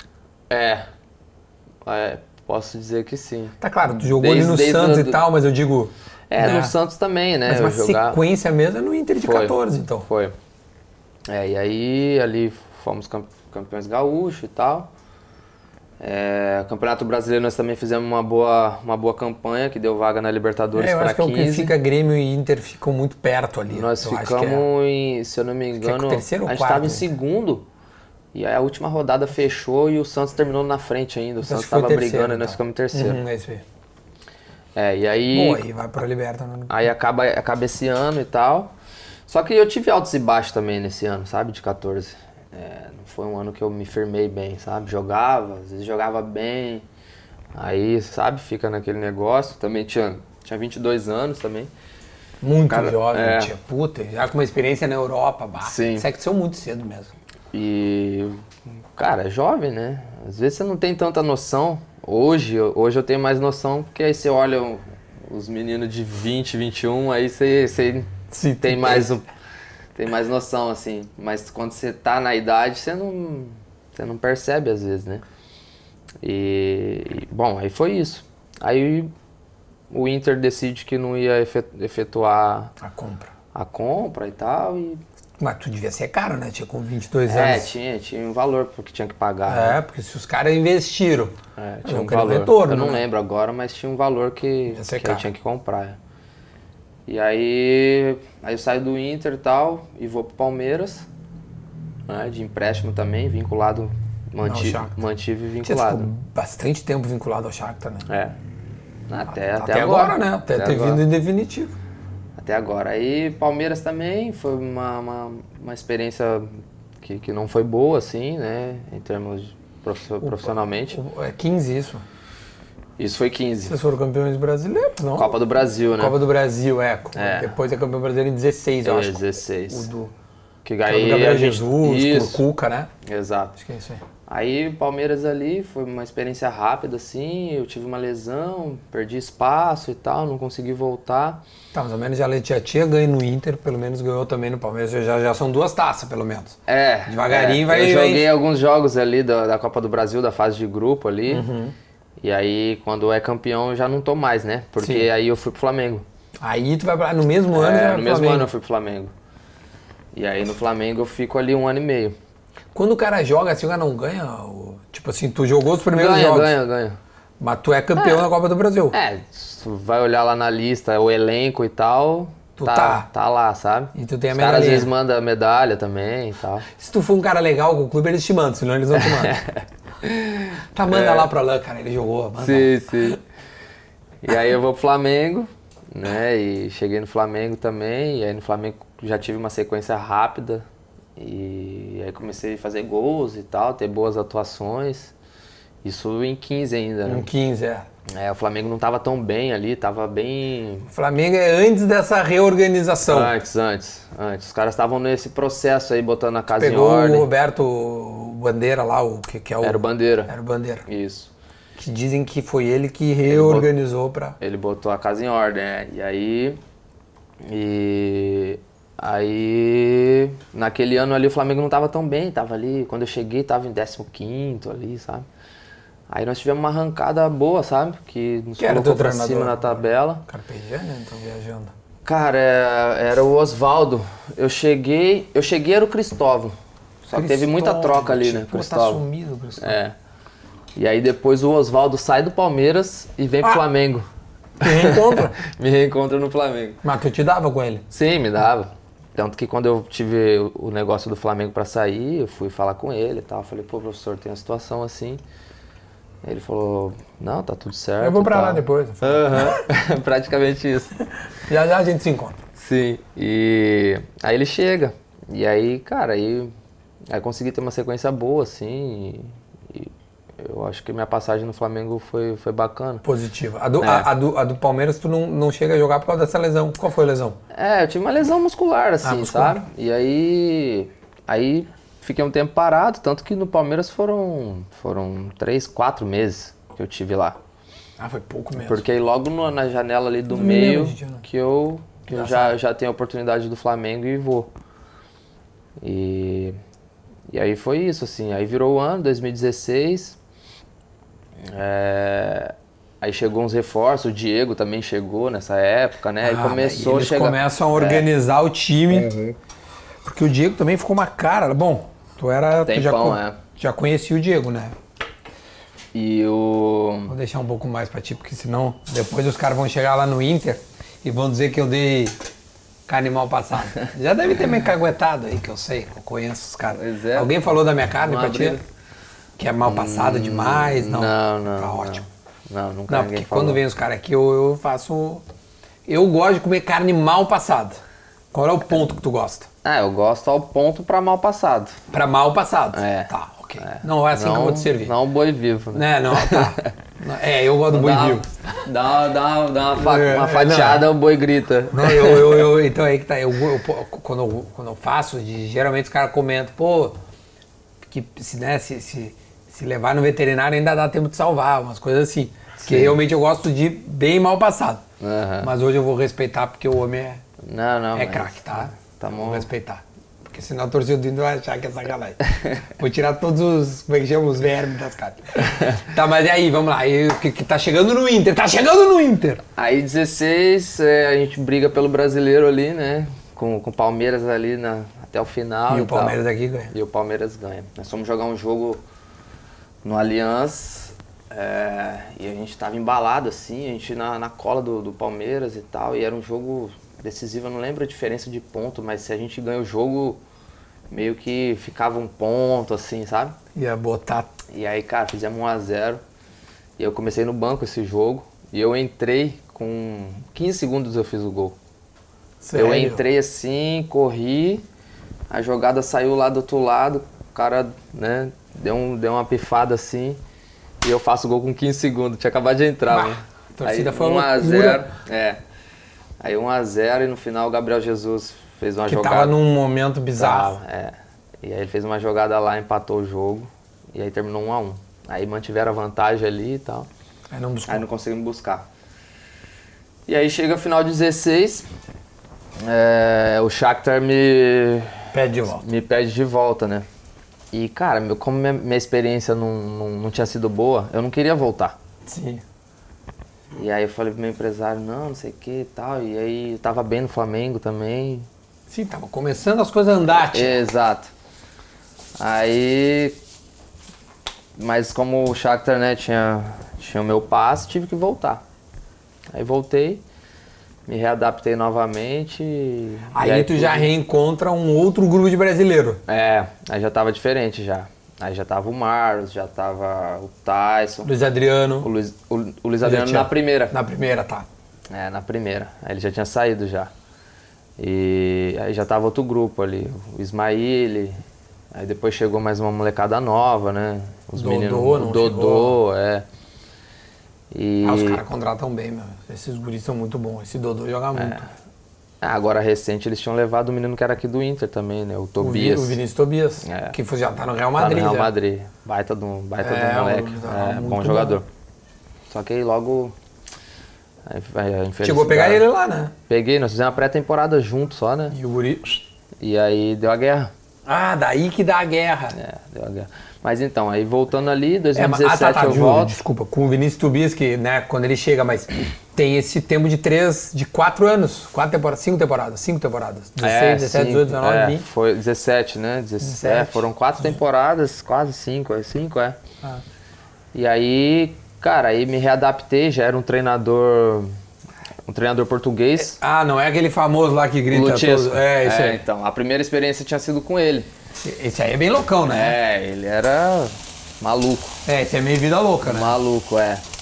Posso dizer que sim. Tá claro, tu jogou ali no Santos e tal, mas eu digo... no Santos também, né? Mas uma sequência mesmo é no Inter de 14, então. Foi. E aí ali fomos campeões gaúchos e tal. Campeonato Brasileiro nós também fizemos uma boa campanha, que deu vaga na Libertadores para 15. Eu acho que é o que fica Grêmio e Inter ficam muito perto ali. Nós ficamos se eu não me engano, a gente estava em segundo. E aí a última rodada fechou e o Santos terminou na frente ainda. O Santos estava brigando e nós ficamos em terceiro. É isso aí. E aí... Bom, aí vai pra Liberta. Né? Aí acaba esse ano e tal. Só que eu tive altos e baixos também nesse ano, sabe? De 14. Não foi um ano que eu me firmei bem, sabe? Às vezes jogava bem. Aí, sabe? Fica naquele negócio. Também tinha 22 anos também. Muito jovem, tinha puta. Já com uma experiência na Europa. Sim. Isso é que saiu muito cedo mesmo. E... Cara, é jovem, né? Às vezes você não tem tanta noção. Hoje eu tenho mais noção, porque aí você olha os meninos de 20, 21, aí você tem mais noção, assim. Mas quando você tá na idade, você não percebe às vezes, né? Bom, aí foi isso. Aí o Inter decide que não ia efetuar a compra e tal. Mas tu devia ser caro, né? Tinha com 22 anos. Tinha um valor porque tinha que pagar. Porque se os caras investiram, tinha um valor. Retorno, eu não lembro agora, mas tinha um valor que eu tinha que comprar. E aí eu saio do Inter e tal e vou pro Palmeiras, né, de empréstimo também, vinculado, mantive vinculado. Ficou bastante tempo vinculado ao Shakhtar, né? Até agora, né? Até ter vindo em definitivo. Até agora. Aí Palmeiras também foi uma experiência que não foi boa, assim, né? Em termos de profissionalmente. É 15 isso? Isso foi 15. Vocês foram campeões brasileiros, não? Copa do Brasil, né? Copa do Brasil, Depois é campeão brasileiro em 16, eu acho. 16. O do que aí Gabriel Jesus, com o Cuca, né? Exato. Acho que é isso aí. Aí o Palmeiras ali foi uma experiência rápida, assim, eu tive uma lesão, perdi espaço e tal, não consegui voltar. Tá, mais ou menos já tinha ganho no Inter, pelo menos ganhou também no Palmeiras, já são 2 taças, pelo menos. Devagarinho vai... Eu joguei alguns jogos ali da Copa do Brasil, da fase de grupo ali, e aí quando é campeão eu já não tô mais, né? Porque aí eu fui pro Flamengo. Aí tu vai pra... No mesmo ano já vai pro no mesmo Flamengo. ano eu fui pro Flamengo. E aí no Flamengo eu fico ali 1 ano e meio. Quando o cara joga assim, o cara não ganha? Tipo assim, tu jogou os primeiros jogos. Ganha. Mas tu é campeão da Copa do Brasil. Se tu vai olhar lá na lista, o elenco e tal, tu tá lá, sabe? E tu tem a Os medalha. caras às vezes mandam medalha também e tal. Se tu for um cara legal com o clube, eles te mandam, senão eles não te mandam. Tá, manda lá pro Alain, cara, ele jogou. Manda Sim. E aí eu vou pro Flamengo, né? E cheguei no Flamengo também, e aí no Flamengo já tive uma sequência rápida. E aí comecei a fazer gols e tal, ter boas atuações. Isso em 15 ainda, né? Em 15, o Flamengo não tava tão bem ali, tava bem... O Flamengo é antes dessa reorganização. Antes. Os caras estavam nesse processo aí, botando a casa Pegou em ordem. o Roberto Bandeira lá, o que é o... Era o Bandeira. Era o Bandeira. Isso. Que dizem que foi ele que reorganizou pra... Ele botou a casa em ordem, né? Aí, naquele ano ali o Flamengo não tava tão bem, tava ali, quando eu cheguei tava em 15º ali, sabe? Aí nós tivemos uma arrancada boa, sabe? Que nos colocou pra cima na tabela. Carpegiani, então viajando. Cara, era o Oswaldo. Eu cheguei era o Cristóvão. Só que teve muita troca ali, né? Cristóvão. Tá sumido o Cristóvão. E aí depois o Oswaldo sai do Palmeiras e vem pro Flamengo. Me reencontra? Me reencontra no Flamengo. Mas tu te dava com ele? Sim, me dava. Tanto que quando eu tive o negócio do Flamengo pra sair, eu fui falar com ele e tal. Falei, pô, professor, tem uma situação assim. Ele falou, não, tá tudo certo. Eu vou pra lá depois. Praticamente isso. Já a gente se encontra. Sim, e aí ele chega. E aí, cara, aí consegui ter uma sequência boa, assim. E eu acho que minha passagem no Flamengo foi bacana. Positiva. A do Palmeiras tu não chega a jogar por causa dessa lesão. Qual foi a lesão? Eu tive uma lesão muscular, assim, muscular. sabe? E aí fiquei um tempo parado, tanto que no Palmeiras foram 3, 4 meses que eu tive lá. Foi pouco mesmo. Porque aí logo na janela ali do meio que eu já tenho a oportunidade do Flamengo e vou. E aí foi isso, assim. Aí virou o ano, 2016. Aí chegou uns reforços, o Diego também chegou nessa época, né? Aí começou eles começam a organizar o time. Porque o Diego também ficou uma cara. Bom, tu já conhecia o Diego, né? Vou deixar um pouco mais pra ti, porque senão depois os caras vão chegar lá no Inter e vão dizer que eu dei carne mal passada. Já deve ter me caguetado aí, que eu sei, que eu conheço os caras. Alguém falou da minha carne pra ti? Que é mal passada demais? Não. Tá ótimo. Não, nunca Não, porque quando vem os caras aqui, eu faço... Eu gosto de comer carne mal passada. Qual é o ponto que tu gosta? Eu gosto ao ponto pra mal passado. Pra mal passado? Tá, ok. Não é assim que eu vou te servir. Não o boi vivo, né? Não, tá. Eu gosto do boi vivo. Dá uma fatiada, o boi grita. Não, então aí que tá. Quando eu faço, geralmente os caras comentam, pô, que se levar no veterinário ainda dá tempo de salvar, umas coisas assim. Porque realmente eu gosto de bem mal passado. Mas hoje eu vou respeitar porque o homem é craque, tá? Vou respeitar. Porque senão a torcida do Inter vai achar que é sacanagem. Vou tirar todos os, como é que chama, os vermes das cartas. Tá, mas e aí, vamos lá. Que tá chegando no Inter, Aí 16, a gente briga pelo brasileiro ali, né? Com o Palmeiras ali até o final. E o Palmeiras aqui ganha. E o Palmeiras ganha. Nós fomos jogar um jogo no Allianz. E a gente tava embalado assim, a gente na cola do Palmeiras e tal. E era um jogo decisivo, eu não lembro a diferença de ponto, mas se a gente ganha o jogo, meio que ficava um ponto, assim, sabe? Ia botar. E aí, cara, fizemos 1-0. E eu comecei no banco esse jogo. E eu entrei com 15 segundos eu fiz o gol. Sério? Eu entrei assim, corri, a jogada saiu lá do outro lado, o cara, né, deu uma pifada assim, e eu faço o gol com 15 segundos, tinha acabado de entrar, né? A torcida aí, foi 1-0, Aí 1-0 e no final o Gabriel Jesus fez uma jogada. Que tava num momento bizarro. E aí ele fez uma jogada lá, empatou o jogo. E aí terminou 1-1. Aí mantiveram a vantagem ali e tal. Aí não buscou. Aí não conseguimos buscar. E aí chega o final de 16, o Shakhtar me pede de volta, né? E, cara, como minha experiência não tinha sido boa, eu não queria voltar. Sim. E aí eu falei pro meu empresário, não sei o que e tal. E aí eu tava bem no Flamengo também. Sim, tava começando as coisas a andar, tio. Exato. Aí... Mas como o Shakhtar, né, tinha o meu passe, tive que voltar. Aí voltei, me readaptei novamente. Aí tu já reencontra um outro grupo de brasileiro. Aí já tava diferente já. Aí já tava o Marlos, já tava o Tyson. Luiz Adriano. O Luiz Adriano na primeira. Na primeira, tá. Na primeira. Aí ele já tinha saído já. E aí já tava outro grupo ali, o Ismaíli. Aí depois chegou mais uma molecada nova, né? Os meninos. O Dodô, E... os caras contratam bem, meu. Esses guris são muito bons. Esse Dodô joga muito. Agora, recente, eles tinham levado o menino que era aqui do Inter também, né? O Tobias. O Vinícius Tobias, que já tá no Real Madrid. Tá no Real Madrid. Baita do moleque. Bom jogador. Só que aí logo... Chegou a pegar ele lá, né? Peguei, nós fizemos uma pré-temporada junto só, né? E o guri... E aí deu a guerra. Ah, daí que dá a guerra. Deu a guerra. Mas então, aí voltando ali, 2017 eu volto. Desculpa, com o Vinícius Tobias, que, né, quando ele chega, mas tem esse tempo de 4 anos, 5 temporadas. 16, 17, 18, 19, 20. Foi 17, né? 17. Foram 4 temporadas, quase 5, 5. E aí, cara, aí me readaptei, já era um treinador português. Não é aquele famoso lá que grita todo. Esse aí. Então, a primeira experiência tinha sido com ele. Esse aí é bem loucão, né? Ele era maluco. Esse é meio vida louca, né? Maluco,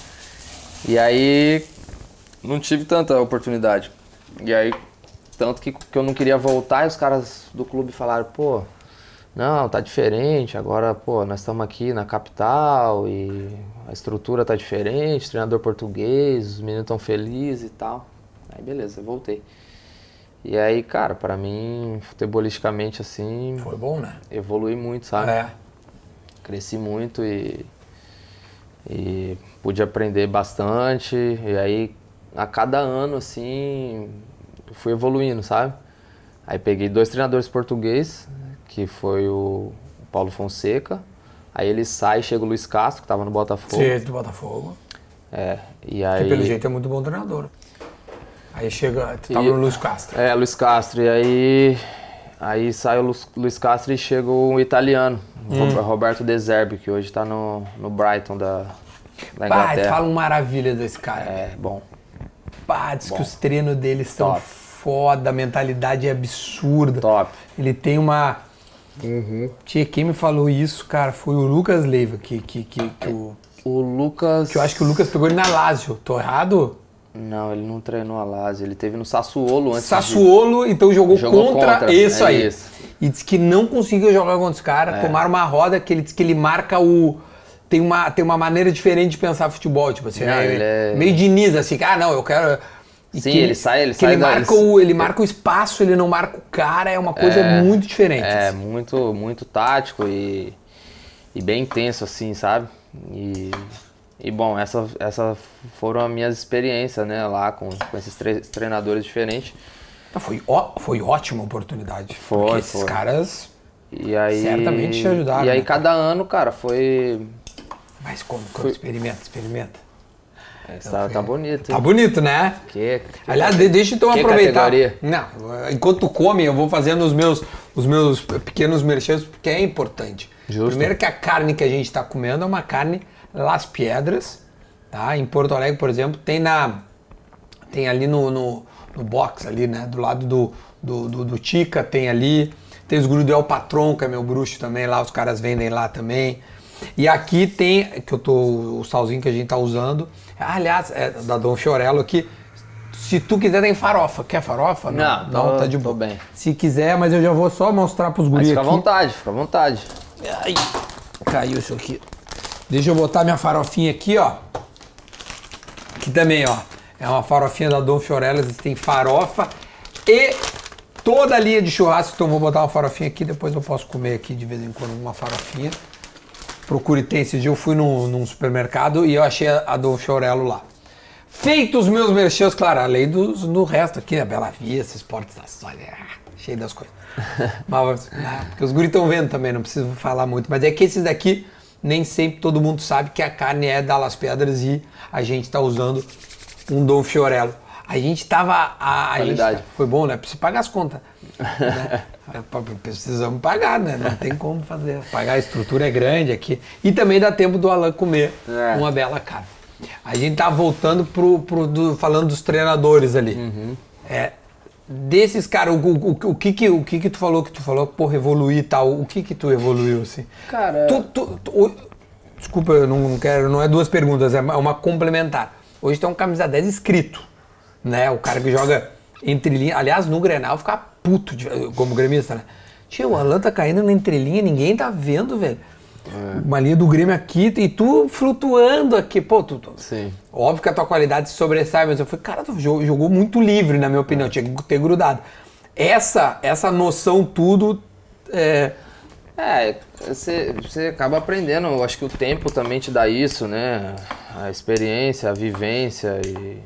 E aí, não tive tanta oportunidade. E aí, tanto que eu não queria voltar e os caras do clube falaram, pô, não, tá diferente, agora, pô, nós estamos aqui na capital e a estrutura tá diferente, treinador português, os meninos estão felizes e tal. Aí, beleza, eu voltei. E aí, cara, pra mim, futebolisticamente, assim... Foi bom, né? Evolui muito, sabe? Cresci muito e pude aprender bastante. E aí, a cada ano, assim, eu fui evoluindo, sabe? Aí peguei 2 treinadores portugueses, que foi o Paulo Fonseca. Aí ele sai, chega o Luiz Castro, que tava no Botafogo. Sim, do Botafogo. E aí... Que pelo jeito é muito bom treinador. Aí chega, tu tava no Luiz Castro. Luiz Castro. E aí sai o Luiz Castro e chega o italiano, Roberto De Zerbi, que hoje tá no Brighton da Inglaterra. Fala uma maravilha desse cara. Bom. Diz que os treinos dele são foda, a mentalidade é absurda. Top. Ele tem uma... Tia, quem me falou isso, cara, foi o Lucas Leiva, o Lucas... Que eu acho que o Lucas pegou ele na Lazio, tô errado? Não, ele não treinou a Lazio, ele teve no Sassuolo antes. Então jogou contra isso aí. Isso. E disse que não conseguiu jogar contra os caras, tomaram uma roda que ele disse que ele marca o... Tem uma maneira diferente de pensar futebol, tipo assim, meio Diniz, assim, eu quero... Sim, ele sai ele marca o espaço, ele não marca o cara, é uma coisa muito diferente. Assim. Muito, muito tático e bem intenso, assim, sabe? E bom, essa foram as minhas experiências, né, lá com esses treinadores diferentes. Foi ótima oportunidade. Porque esses caras certamente te ajudaram. E aí cada ano, cara, foi... Mas como experimenta. Tá bonito. Tá bonito, né? Aliás, deixa eu aproveitar. Categoria? Não, enquanto tu come, eu vou fazendo os meus pequenos merchans, porque é importante. Justo. Primeiro que a carne que a gente tá comendo é uma carne Las Piedras, tá? Em Porto Alegre, por exemplo, tem ali no box ali, né? Do lado do Tica, tem ali. Tem os guris do El Patron, que é meu bruxo também, lá os caras vendem lá também. E aqui tem, o salzinho que a gente tá usando, aliás, é da Dom Fiorello aqui. Se tu quiser, tem farofa. Quer farofa? Não, tá de boa. Tô bem. Se quiser, mas eu já vou só mostrar pros guris aqui. Fica à vontade. Ai, caiu isso aqui. Deixa eu botar minha farofinha aqui, ó. Aqui também, ó. É uma farofinha da Dom Fiorello, eles têm farofa e toda a linha de churrasco. Então vou botar uma farofinha aqui, depois eu posso comer aqui de vez em quando uma farofinha. Procure ter. Esse dia eu fui num supermercado e eu achei a Dom Fiorello lá. Feitos os meus merchans, claro, além do resto aqui, né? Bela Vista, Esportes da Sólia, cheio das coisas. Mas, porque os guris estão vendo também, não preciso falar muito. Mas é que esses daqui, nem sempre todo mundo sabe que a carne é da Las Pedras e a gente tá usando um Dom Fiorello. A gente tava... foi bom, né? Precisa pagar as contas. Né? Precisamos pagar, né? Não tem como fazer. Pagar a estrutura é grande aqui. E também dá tempo do Alan comer uma bela carne. A gente tá voltando falando dos treinadores ali. Uhum. Desses caras, o que tu falou, porra, evoluir e tal, o que tu evoluiu, assim? Cara... Desculpa, eu não quero, não é duas perguntas, é uma complementar. Hoje tem um camisa 10 escrito, né? O cara que joga entre linhas, aliás, no Grenal fica puto como gremista, né? Tio, o Alan tá caindo na entrelinha, ninguém tá vendo, velho. Uma linha do Grêmio aqui e tu flutuando aqui. Pô, Sim. Óbvio que a tua qualidade se sobressai, mas eu falei, cara, tu jogou muito livre, na minha opinião, tinha que ter grudado. Essa noção tudo... Você acaba aprendendo, eu acho que o tempo também te dá isso, né? A experiência, a vivência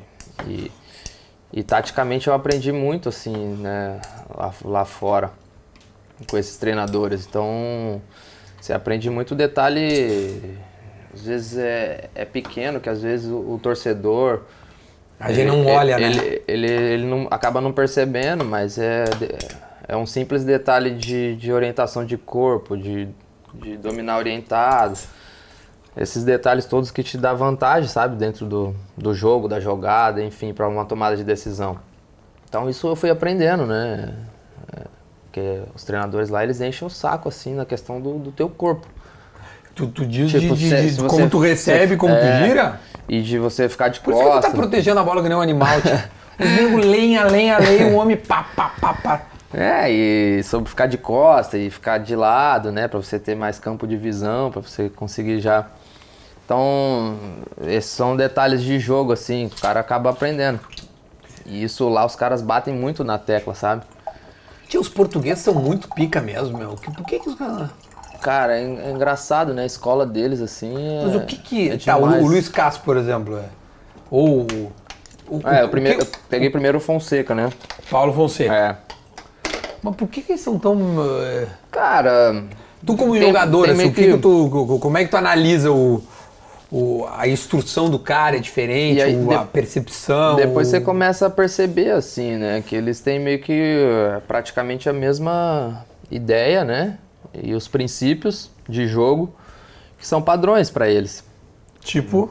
e taticamente eu aprendi muito, assim, né? Lá fora, com esses treinadores. Então... Você aprende muito detalhe, às vezes é pequeno, que às vezes o torcedor... A gente não olha, né? Ele não, acaba não percebendo, mas é um simples detalhe de orientação de corpo, de dominar orientado. Esses detalhes todos que te dão vantagem, sabe? Dentro do jogo, da jogada, enfim, para uma tomada de decisão. Então isso eu fui aprendendo, né? Porque os treinadores lá, eles enchem o saco, assim, na questão do teu corpo. Tu diz tipo, de como tu recebe, como tu gira? E de você ficar de costas. Por que tu tá protegendo a bola que nem um animal, tio? Os nego lenha, o homem pá. E sobre ficar de costas e ficar de lado, né? Pra você ter mais campo de visão, pra você conseguir já... Então, esses são detalhes de jogo, assim, que o cara acaba aprendendo. E isso lá, os caras batem muito na tecla, sabe? Tio, os portugueses são muito pica mesmo, meu. Por que os caras... Cara, é engraçado, né? A escola deles, assim, Mas o que tá, o Luiz Castro, por exemplo, Ou... eu peguei primeiro o Fonseca, né? Paulo Fonseca. Mas por que eles são tão... Cara... Tu como jogador, assim, como é que tu analisa a instrução do cara é diferente, aí, a percepção? Depois você começa a perceber, assim, né? Que eles têm meio que praticamente a mesma ideia, né? E os princípios de jogo que são padrões para eles. Tipo?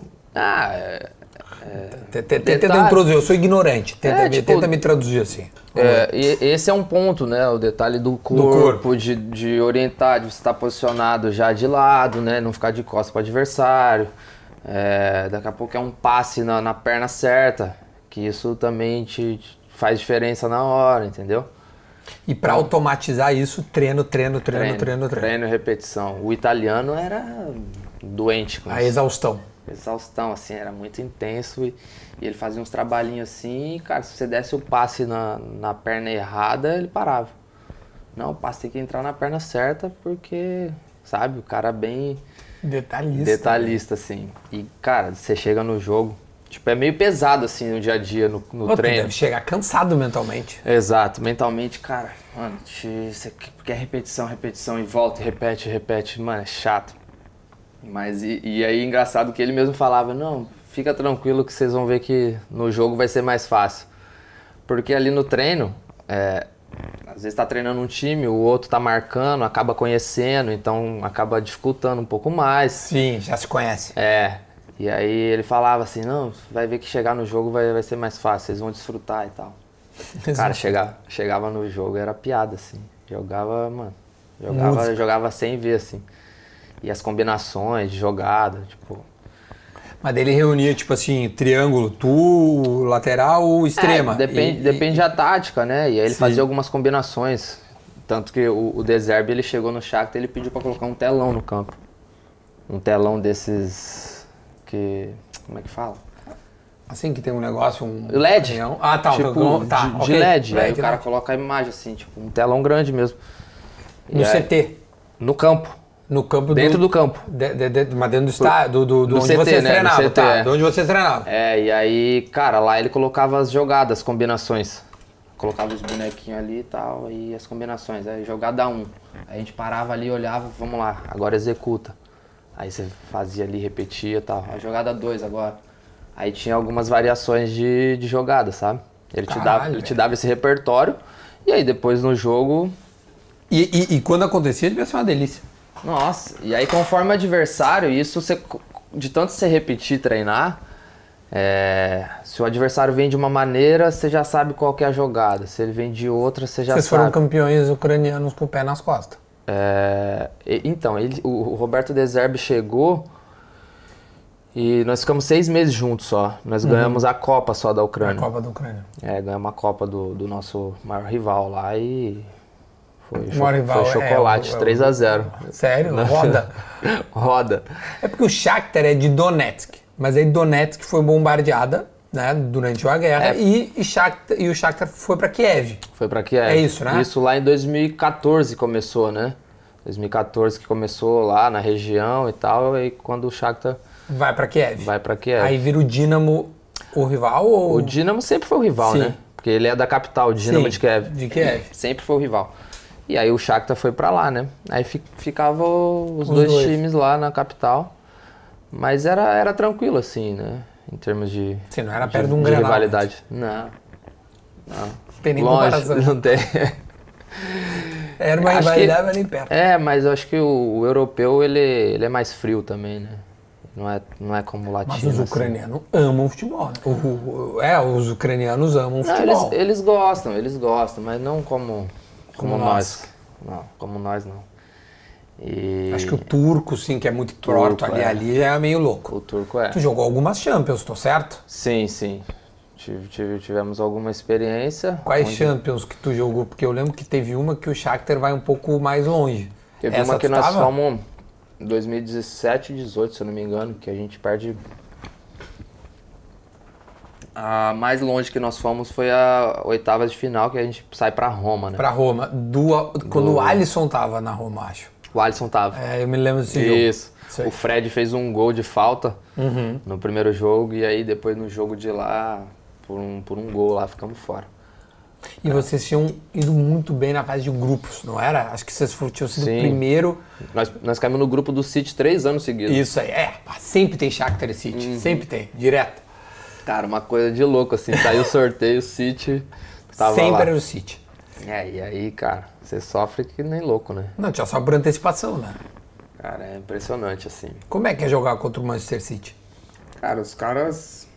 Tenta introduzir, eu sou ignorante. Tenta me traduzir assim. E esse é um ponto, né? O detalhe do corpo. De orientar, de você estar posicionado já de lado, né? Não ficar de costas para o adversário. Daqui a pouco é um passe na perna certa, que isso também te faz diferença na hora, entendeu? E para automatizar isso, treino. Treino e repetição. O italiano era doente com a exaustão. Exaustão, assim, era muito intenso e ele fazia uns trabalhinhos assim e, cara, se você desse o passe na perna errada, ele parava. Não, o passe tem que entrar na perna certa porque, sabe, o cara bem... Detalhista, assim. E, cara, você chega no jogo, tipo, é meio pesado, assim, no dia a dia, no treino. Tu deve chegar cansado mentalmente. Exato, mentalmente, cara, mano, você quer repetição e volta, e repete, mano, é chato. Mas, e aí, engraçado que ele mesmo falava, não, fica tranquilo que vocês vão ver que no jogo vai ser mais fácil. Porque ali no treino, às vezes tá treinando um time, o outro tá marcando, acaba conhecendo, então acaba dificultando um pouco mais. Sim, já se conhece. E aí ele falava assim, não, vai ver que chegar no jogo vai ser mais fácil, vocês vão desfrutar e tal. Cara, chegava no jogo, era piada, assim. Jogava sem ver, assim. E as combinações de jogada, tipo... Mas daí ele reunia, tipo assim, triângulo, tu, lateral, extrema. Depende da tática, né? E aí ele fazia algumas combinações. Tanto que o De Zerbi, ele chegou no Shakhtar e ele pediu pra colocar um telão no campo. Um telão desses que... Como é que fala? Assim que tem um negócio, um... LED. Ah, tá. Tipo, de LED. Aí o cara coloca a imagem assim, tipo, um telão grande mesmo. No CT? No campo. No campo dentro do campo. Mas dentro do estádio, do onde CT, vocês né? treinavam, CT, tá? De onde vocês treinavam. E aí, cara, lá ele colocava as jogadas, combinações. Colocava os bonequinhos ali e tal, e as combinações. Aí jogada 1. Aí a gente parava ali, olhava, vamos lá, agora executa. Aí você fazia ali, repetia e tal. A jogada 2 agora. Aí tinha algumas variações de jogada, sabe? Ele te dava esse repertório, e aí depois no jogo... E quando acontecia, devia ser uma delícia. Nossa, e aí conforme o adversário, isso você, de tanto você repetir, treinar, se o adversário vem de uma maneira, você já sabe qual que é a jogada. Se ele vem de outra, você já sabe. Vocês foram campeões ucranianos com o pé nas costas. Então, o Roberto De Zerbi chegou e nós ficamos 6 meses juntos só. Nós ganhamos a Copa só da Ucrânia. A Copa da Ucrânia. Ganhamos a Copa do nosso maior rival lá e... Foi chocolate, 3-0. Sério? Roda? Roda. É porque o Shakhtar é de Donetsk, mas aí Donetsk foi bombardeada, né, durante a guerra e o Shakhtar foi para Kiev. Foi para Kiev. É isso, né? Isso lá em 2014 começou, né? 2014 que começou lá na região e tal, e quando o Shakhtar... Vai para Kiev. Vai para Kiev. Aí vira o Dinamo o rival ou... O Dinamo sempre foi o rival, né? Porque ele é da capital, o Dinamo de Kiev. De Kiev. Sempre foi o rival. E aí o Shakhtar foi pra lá, né? Aí ficavam os dois times lá na capital. Mas era tranquilo, assim, né? Em termos de... Sim, não era perto de um Grenal. Rivalidade. Não. Não tem nem comparação. Não tem. Era uma rivalidade, mas nem perto. Mas eu acho que o europeu, ele é mais frio também, né? Não é como o latino. Mas os ucranianos amam futebol. Né? Os ucranianos amam futebol. Eles gostam, mas não como nós. Não, como nós não. Acho que o turco, sim, que é muito torto ali já é meio louco. O turco Tu jogou algumas Champions, tô certo? Sim. Tivemos alguma experiência. Quais Champions que tu jogou? Porque eu lembro que teve uma que o Shakhtar vai um pouco mais longe. Teve uma que nós fomos em 2017 e 2018, se eu não me engano, que a gente perde... A mais longe que nós fomos foi a oitava de final, que a gente sai pra Roma, né? Pra Roma. Quando o Alisson tava na Roma, acho. O Alisson tava. Eu me lembro desse jogo. Isso. O Fred fez um gol de falta no primeiro jogo, e aí depois no jogo de lá, por um gol lá, ficamos fora. E vocês tinham ido muito bem na fase de grupos, não era? Acho que vocês tinham sido o primeiro... Nós caímos no grupo do City 3 anos seguidos. Isso aí, sempre tem Shakhtar e City, sempre tem, direto. Cara, uma coisa de louco, assim, saiu o sorteio, o City tava sempre lá. Era o City. E aí, cara, você sofre que nem louco, né? Não, tinha só por antecipação, né? Cara, é impressionante, assim. Como é que é jogar contra o Manchester City? Cara, os caras...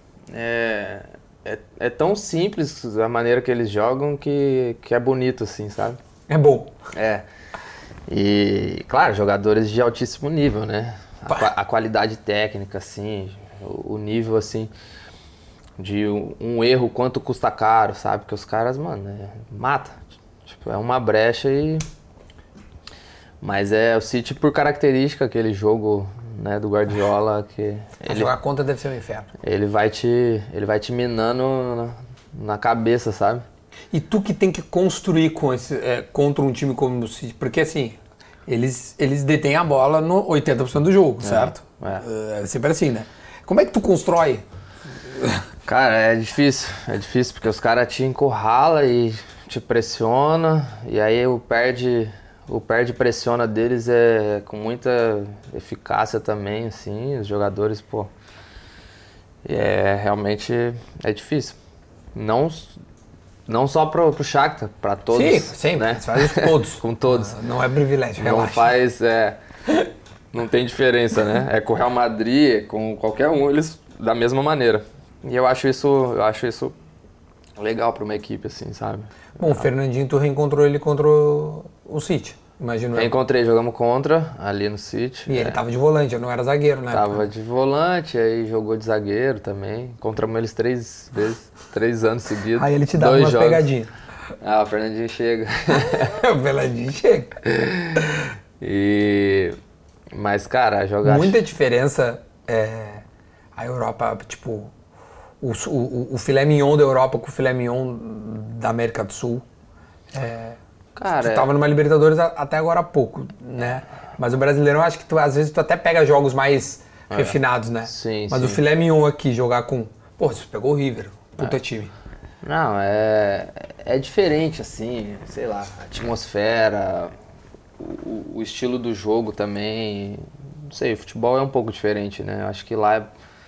É tão simples a maneira que eles jogam que é bonito, assim, sabe? É bom. E, claro, jogadores de altíssimo nível, né? A qualidade técnica, assim, o nível, assim... De um erro, quanto custa caro, sabe? Porque os caras, mano, mata. Tipo, é uma brecha e... Mas o City, por característica, aquele jogo, né, do Guardiola, que... Jogar contra deve ser um inferno. Ele vai te minando na cabeça, sabe? E tu que tem que construir contra um time como o City, porque assim, eles detêm a bola no 80% do jogo, certo? É sempre assim, né? Como é que tu constrói? Cara, é difícil porque os caras te encurralam e te pressiona, e aí o perde pressiona deles com muita eficácia também, assim, os jogadores, pô, realmente é difícil. Não só pro Shakhtar, pra todos. Sim, sempre, né? faz isso com todos. Com todos. Não é privilégio, relaxa. Não faz, não tem diferença, né? É com o Real Madrid, com qualquer um, eles da mesma maneira. E eu acho isso legal para uma equipe, assim, sabe? Bom, o Fernandinho, tu reencontrou ele contra o City, imagino. Reencontrei, jogamos contra, ali no City. E ele tava de volante, eu não era zagueiro, né? Tava de volante, aí jogou de zagueiro também. Encontramos eles 3 vezes, 3 anos seguidos. Aí ele te dava umas pegadinhas. O Fernandinho chega. O Fernandinho chega. Mas, cara, jogar... Muita diferença a Europa, tipo... O filé mignon da Europa com o filé mignon da América do Sul. Cara, tu tava numa Libertadores até agora há pouco, né? Mas o Brasileirão, eu acho que às vezes tu até pega jogos mais refinados, né? Sim, Mas sim. o filé mignon aqui, jogar com... Pô, você pegou o River, puta time. Não, é diferente, assim, sei lá, a atmosfera, o estilo do jogo também, não sei, o futebol é um pouco diferente, né? Eu acho que lá,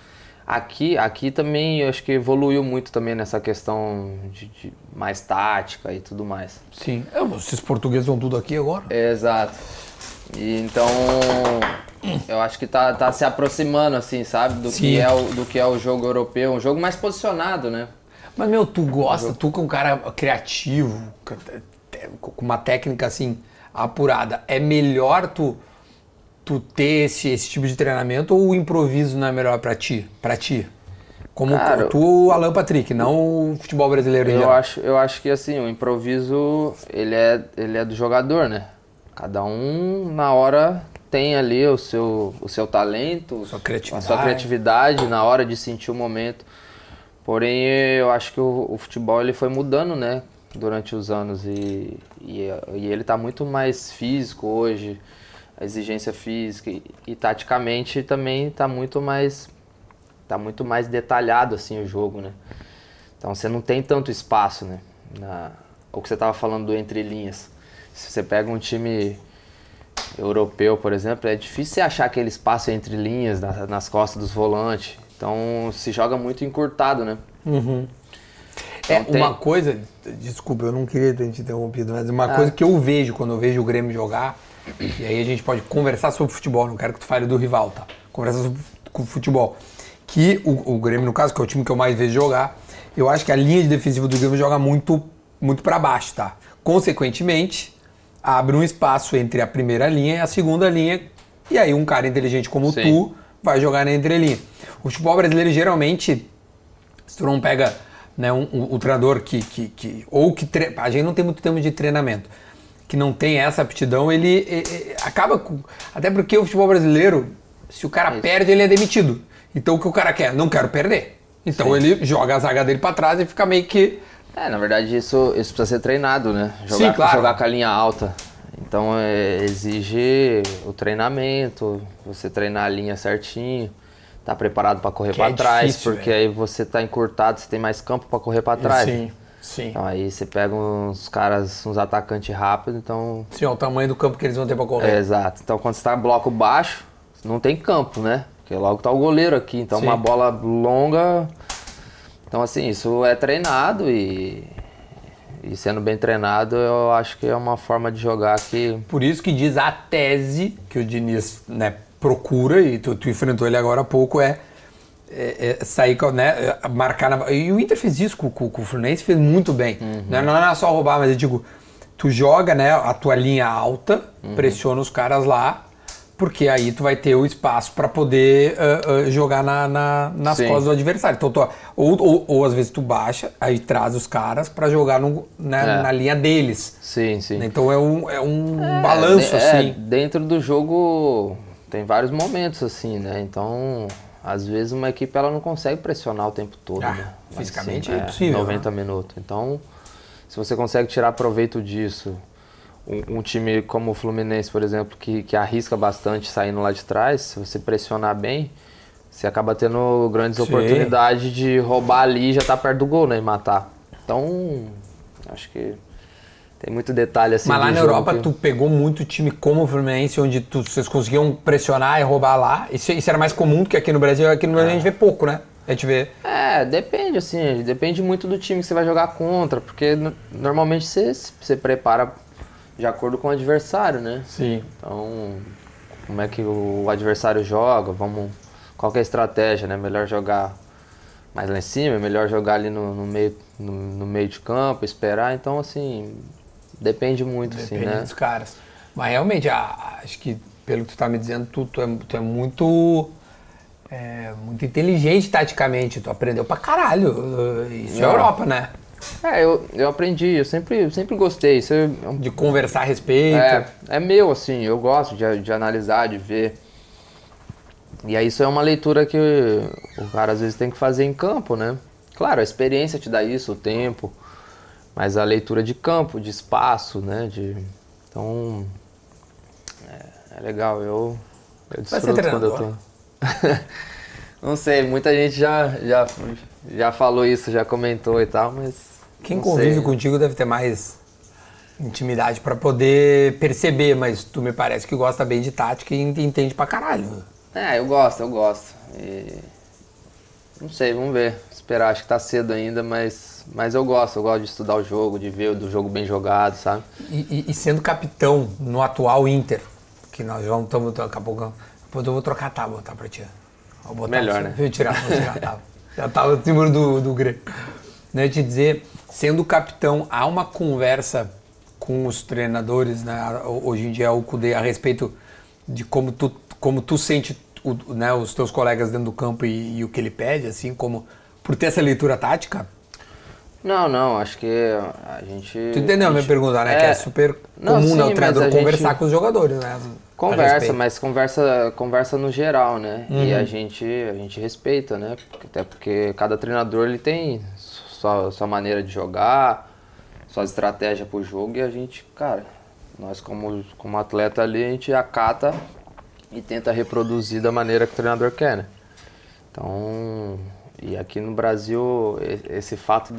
aqui também, eu acho que evoluiu muito também nessa questão de mais tática e tudo mais. Sim, esses portugueses vão tudo aqui agora. Exato. E então, eu acho que tá se aproximando, assim, sabe, do que é o jogo europeu, um jogo mais posicionado, né? Mas, meu, tu gosta, tu que é um cara criativo, com uma técnica, assim, apurada, é melhor tu ter esse tipo de treinamento ou o improviso não é melhor pra ti? Como Cara, tu, Alan Patrick, não o futebol brasileiro em geral. Eu acho que, assim, o improviso, ele é do jogador, né? Cada um, na hora, tem ali o seu talento, a sua criatividade na hora de sentir o momento. Porém, eu acho que o futebol ele foi mudando, né, durante os anos e ele está muito mais físico hoje, a exigência física e taticamente também está muito mais detalhado assim o jogo, né. Então você não tem tanto espaço, né, o que você estava falando do entre linhas. Se você pega um time europeu, por exemplo, é difícil você achar aquele espaço entre linhas nas costas dos volantes. Então se joga muito encurtado, né? Uhum. Então, uma coisa, desculpa, eu não queria ter te interrompido, mas uma coisa que eu vejo quando eu vejo o Grêmio jogar, e aí a gente pode conversar sobre futebol, não quero que tu fale do rival, tá? Conversar sobre futebol. Que o Grêmio, no caso, que é o time que eu mais vejo jogar, eu acho que a linha de defensiva do Grêmio joga muito para baixo, tá? Consequentemente, abre um espaço entre a primeira linha e a segunda linha, e aí um cara inteligente como tu vai jogar na entrelinha. O futebol brasileiro, geralmente, se tu não pega, né, o treinador a gente não tem muito tempo de treinamento, que não tem essa aptidão, ele acaba com... Até porque o futebol brasileiro, se o cara perde, ele é demitido. Então o que o cara quer? Não quero perder. Então ele joga a zaga dele pra trás e fica meio que... na verdade isso precisa ser treinado, né? Sim, claro. Jogar com a linha alta. Então exige o treinamento, você treinar a linha certinho, tá preparado para correr para trás, difícil, porque aí você tá encurtado, você tem mais campo para correr para trás. Sim. Então aí você pega uns caras, uns atacantes rápidos, então... Sim, o tamanho do campo que eles vão ter para correr. Exato. Então quando você tá bloco baixo, não tem campo, né? Porque logo tá o goleiro aqui, então uma bola longa... Então assim, isso é treinado e sendo bem treinado, eu acho que é uma forma de jogar que... Por isso que diz a tese que o Diniz, né, procura, e tu enfrentou ele agora há pouco, sair, né, marcar... E o Inter fez isso com o Fluminense, fez muito bem. Uhum. Não é só roubar, mas eu digo, tu joga, né, a tua linha alta, pressiona os caras lá, porque aí tu vai ter o espaço para poder jogar nas costas do adversário. Então, ou às vezes tu baixa, aí traz os caras para jogar na linha deles. Sim. Então é um balanço, assim. Dentro do jogo tem vários momentos, assim, né? Então, às vezes uma equipe ela não consegue pressionar o tempo todo, né? Fisicamente é impossível. 90 minutos. Então, se você consegue tirar proveito disso... Um time como o Fluminense, por exemplo, que arrisca bastante saindo lá de trás, se você pressionar bem, você acaba tendo grandes oportunidades de roubar ali e já tá perto do gol, né? E matar. Então, acho que tem muito detalhe assim. Mas lá na Europa tu pegou muito time como o Fluminense, onde vocês conseguiam pressionar e roubar lá. Isso era mais comum do que aqui no Brasil. Aqui no Brasil a gente vê pouco, né? A gente vê... Depende, assim. Depende muito do time que você vai jogar contra, porque normalmente você prepara de acordo com o adversário, né? Sim. Então, como é que o adversário joga, qual que é a estratégia, né? Melhor jogar mais lá em cima, melhor jogar ali no meio de campo, esperar. Então, assim, depende muito, assim, né? Depende dos caras. Mas realmente, acho que pelo que tu tá me dizendo, tu é muito inteligente taticamente. Tu aprendeu pra caralho. Isso é Europa, né? Eu aprendi, eu sempre gostei. Isso de conversar a respeito. É meu, assim, eu gosto de analisar, de ver. E aí isso é uma leitura que o cara às vezes tem que fazer em campo, né? Claro, a experiência te dá isso, o tempo, mas a leitura de campo, de espaço, né? Então, É legal, eu Vai ser desfruto quando eu treinador? tô... Não sei, muita gente já falou isso, já comentou e tal, mas... Quem não convive sei. contigo deve ter mais intimidade pra poder perceber, mas tu me parece que gosta bem de tática e entende pra caralho. É, eu gosto. Não sei, vamos ver. Esperar, acho que tá cedo ainda, mas eu gosto de estudar o jogo, de ver do jogo bem jogado, sabe? E sendo capitão no atual Inter, que nós já estamos daqui a pouco. Depois eu vou trocar a tábua, tá, pra ti. Vou botar Melhor, assim, né? Vou tirar a tábua. Já tava em cima do Grêmio. Né, te dizer, sendo capitão, há uma conversa com os treinadores, né? Hoje em dia é o Kudê, a respeito de como tu sente né, os teus colegas dentro do campo e o que ele pede, assim, como por ter essa leitura tática? Não, acho que a gente... Tu entendeu a minha pergunta, né? Que é super Não, comum, né, sim, o treinador mas a conversar gente com os jogadores, né? Conversa, mas conversa no geral, né? E Uhum. a gente respeita, né? Até porque cada treinador ele tem sua maneira de jogar, sua estratégia pro jogo, e a gente, cara, nós como atleta ali, a gente acata e tenta reproduzir da maneira que o treinador quer, né? Então, e aqui no Brasil, esse fato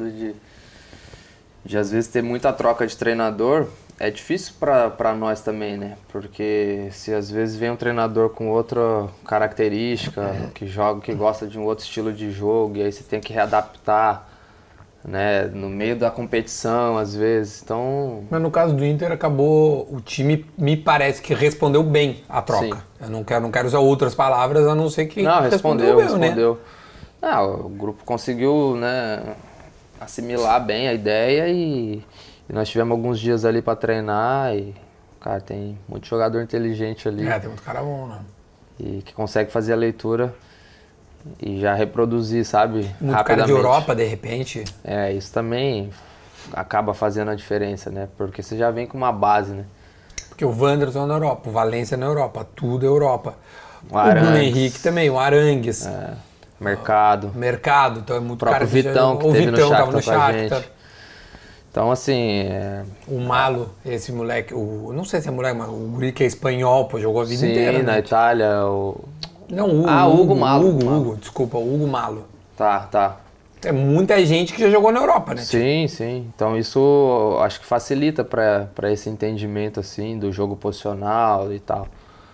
de às vezes ter muita troca de treinador é difícil para nós também, né? Porque se às vezes vem um treinador com outra característica, que joga, que gosta de um outro estilo de jogo, e aí você tem que readaptar, né? No meio da competição, às vezes. Então, Mas no caso do Inter, acabou, o time me parece que respondeu bem a troca. Sim. Eu não quero usar outras palavras, a não ser que não, respondeu. né? Não, o grupo conseguiu, né, assimilar bem a ideia e nós tivemos alguns dias ali para treinar e, cara, tem muito jogador inteligente ali Tem muito cara bom, né? e que consegue fazer a leitura e já reproduzir, sabe, Muito rapidamente. cara de Europa, de repente. É, isso também acaba fazendo a diferença, né, porque você já vem com uma base, né. Porque o Wanderson na Europa, o Valência na Europa, tudo é Europa. O O Bruno Arangues. Henrique também, o Arangues. Mercado. Mercado, então é muito O próprio cara que Vitão, que o teve Vitão no tava no Shakhtar com a Shakhtar. gente. Então, assim, O Malo, esse moleque, não sei se é moleque, mas o guri que é espanhol, pô, jogou a vida sim, inteira. na Né? Itália, Não, o Hugo. Hugo Malo. Hugo, desculpa, o Hugo Malo. Tá. É muita gente que já jogou na Europa, né? Sim. Então isso acho que facilita para esse entendimento assim do jogo posicional e tal.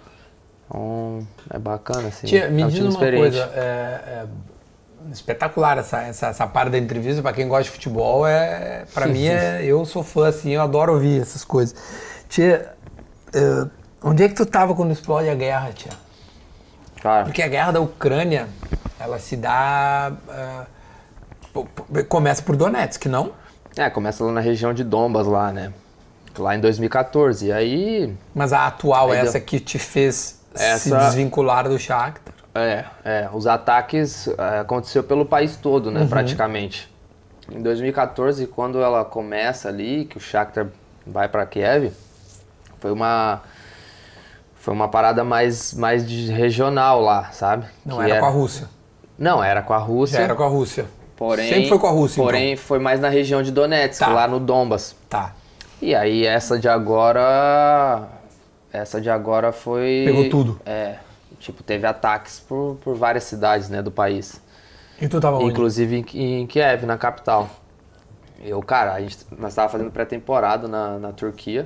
Então é bacana assim. Tia, me é um diz time uma experiente. coisa, espetacular essa parte da entrevista, pra quem gosta de futebol, pra mim eu sou fã, assim, eu adoro ouvir essas coisas. Tia, onde é que tu tava quando explode a guerra, tia? Cara, Porque a guerra da Ucrânia, ela se dá... começa por Donetsk, não? começa lá na região de Donbas lá, né? Lá em 2014. E aí Mas a atual, Aí essa que te fez se Essa- desvincular do Shakhtar. os ataques aconteceu pelo país todo, né, praticamente. Em 2014, quando ela começa ali, que o Shakhtar vai para Kiev, foi uma parada mais regional lá, sabe? Não Que era com a Rússia. Não, era com a Rússia. Já era com a Rússia. Porém, Sempre foi com a Rússia, Porém, foi mais na região de Donetsk, Tá. lá no Donbas. então. Tá. E aí essa de agora foi... Pegou tudo. Tipo, teve ataques por várias cidades, né, do país. E tu tava onde? Inclusive em Kiev, na capital. Nós tava fazendo pré-temporada na Turquia.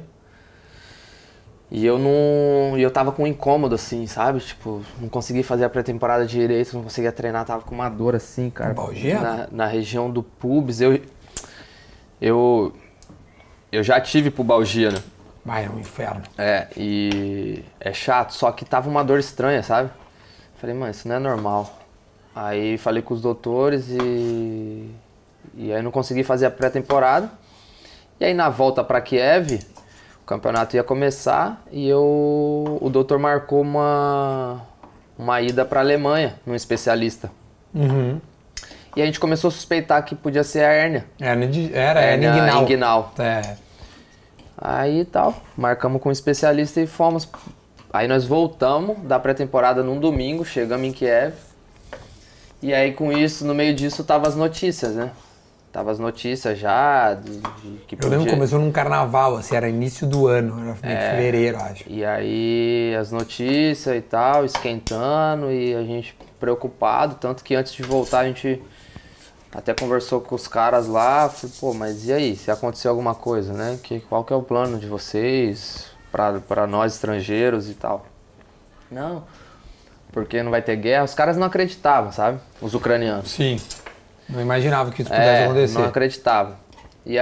E eu tava com um incômodo, assim, sabe? Tipo, não conseguia fazer a pré-temporada direito, não conseguia treinar, tava com uma dor assim, cara. Pubalgia? Na região do pubis. Eu já tive pubalgia, né? Vai, é um inferno. E é chato, só que tava uma dor estranha, sabe? Falei, mano, isso não é normal. Aí falei com os doutores e aí não consegui fazer a pré-temporada. E aí na volta pra Kiev, o campeonato ia começar e o doutor marcou uma ida pra Alemanha, num especialista. Uhum. E a gente começou a suspeitar que podia ser a hérnia. Era inguinal. Inguinal. É. Aí tal, marcamos com um especialista e fomos. Aí nós voltamos da pré-temporada num domingo, chegamos em Kiev. E aí com isso, no meio disso, tava as notícias, né? tava as notícias já que Eu lembro que começou num carnaval, assim, era início do ano, era meio que fevereiro, acho. E aí as notícias e tal, esquentando e a gente preocupado, tanto que antes de voltar a gente até conversou com os caras lá, falei, pô, mas e aí, se acontecer alguma coisa, né? Qual que é o plano de vocês para nós estrangeiros e tal? Não, porque não vai ter guerra. Os caras não acreditavam, sabe? Os ucranianos. Sim, não imaginava que isso pudesse acontecer. Não acreditavam. E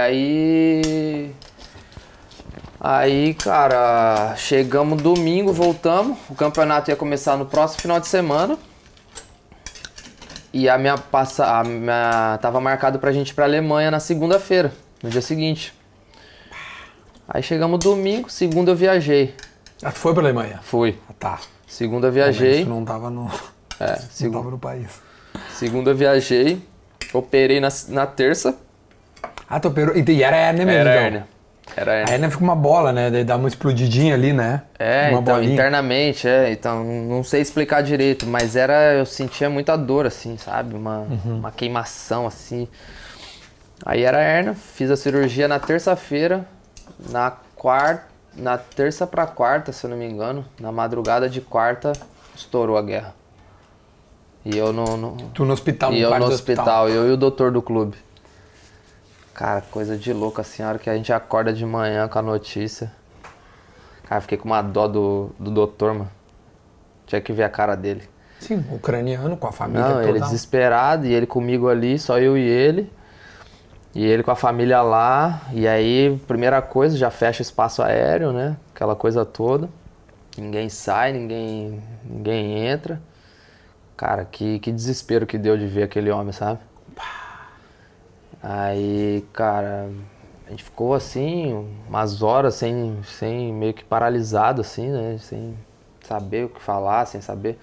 aí, cara, chegamos domingo, voltamos, o campeonato ia começar no próximo final de semana. E tava marcado pra gente ir pra Alemanha na segunda-feira, no dia seguinte. Aí chegamos domingo, segunda eu viajei. Ah, tu foi pra Alemanha? Fui. Ah, tá. Segunda eu viajei. Tu não tava no... não tava no país. Segunda eu viajei, operei na terça. Ah, tu operou... E era hérnia mesmo, Era então? hérnia. Era hérnia. A hérnia fica uma bola, né? Daí dá uma explodidinha ali, né? Uma então, bolinha. internamente, então, não sei explicar direito, mas eu sentia muita dor, assim, sabe? Uma queimação, assim. Aí era hérnia, fiz a cirurgia na terça-feira, na terça pra quarta, se eu não me engano, na madrugada de quarta, estourou a guerra. E eu Tu no hospital, no E eu quarto no do hospital, eu e o doutor do clube. Cara, coisa de louco, assim, a hora que a gente acorda de manhã com a notícia. Cara, fiquei com uma dó do doutor, mano. Tinha que ver a cara dele. Sim, ucraniano, com a família Não, toda. ele desesperado, e ele comigo ali, só eu e ele. E ele com a família lá. E aí, primeira coisa, já fecha o espaço aéreo, né? Aquela coisa toda. Ninguém sai, ninguém entra. Cara, que desespero que deu de ver aquele homem, sabe? Aí, cara, a gente ficou assim, umas horas sem meio que paralisado, assim, né? Sem saber o que falar, sem saber.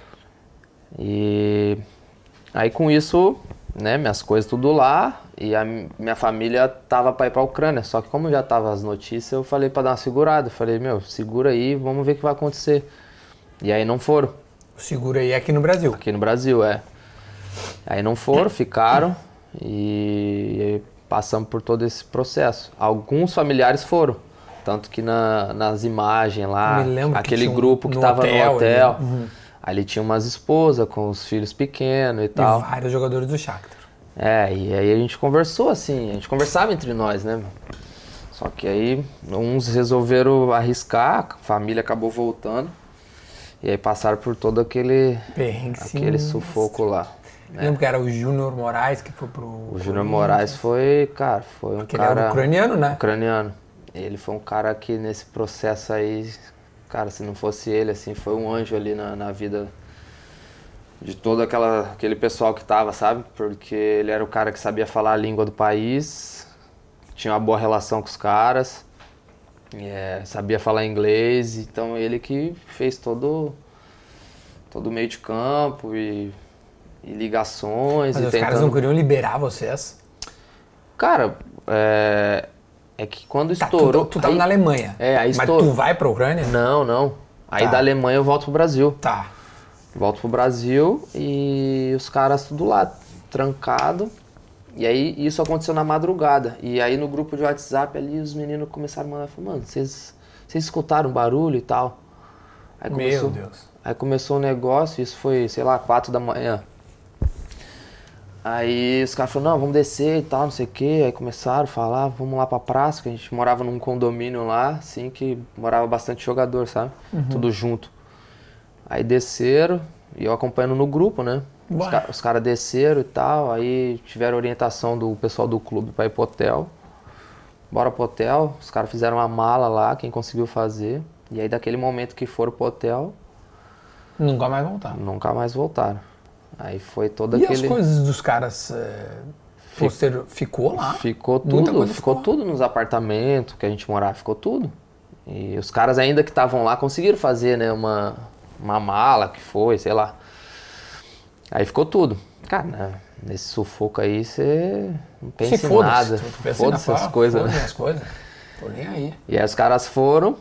E aí com isso, né, minhas coisas tudo lá, e a minha família tava pra ir pra Ucrânia. Só que como já tava as notícias, eu falei pra dar uma segurada. Eu falei, meu, segura aí, vamos ver o que vai acontecer. E aí não foram. Segura aí aqui no Brasil. Aqui no Brasil, Aí não foram, ficaram. E passamos por todo esse processo. Alguns familiares foram, tanto que nas imagens lá, aquele grupo que estava no hotel, ali tinha umas esposas com os filhos pequenos e tal. E vários jogadores do Shakhtar. E aí a gente conversou assim, a gente conversava entre nós, né? Só que aí uns resolveram arriscar, a família acabou voltando, e aí passaram por todo aquele sufoco lá. Lembro que era o Júnior Moraes que foi pro... O Júnior Moraes foi um Porque cara... ele era ucraniano, né? Ucraniano. Ele foi um cara que nesse processo aí, cara, se não fosse ele, assim, foi um anjo ali na vida de todo aquele pessoal que tava, sabe? Porque ele era o cara que sabia falar a língua do país, tinha uma boa relação com os caras, sabia falar inglês, então ele que fez todo o meio de campo e ligações. Mas os caras não queriam liberar vocês? Cara, é que quando estourou... Tu tava na Alemanha. Aí mas estourou. tu vai pra Ucrânia? Não. Aí da Alemanha eu volto pro Brasil. Tá. Volto pro Brasil e os caras tudo lá, trancado. E aí isso aconteceu na madrugada. E aí no grupo de WhatsApp ali os meninos começaram a mandar, mano, vocês escutaram barulho e tal? Aí Meu Deus. Aí começou o negócio, isso foi, sei lá, 4 da manhã. Aí os caras falaram, não, vamos descer e tal, não sei o quê. Aí começaram a falar, vamos lá pra praça, que a gente morava num condomínio lá, assim, que morava bastante jogador, sabe? Tudo junto. Aí desceram, e eu acompanhando no grupo, né? Os caras desceram e tal, aí tiveram orientação do pessoal do clube pra ir pro hotel. Bora pro hotel, os caras fizeram uma mala lá, quem conseguiu fazer. E aí daquele momento que foram pro hotel... Nunca mais voltaram. Nunca mais voltaram. Aí foi todo e aquele... E as coisas dos caras ficou lá? Ficou tudo nos apartamentos que a gente morava, ficou tudo. E os caras ainda que estavam lá conseguiram fazer, né, uma mala que foi, sei lá. Aí ficou tudo. Cara, né, nesse sufoco aí você não pensa em nada. Foda-se as coisas. Foda-se as coisas. Tô nem aí. E aí os caras foram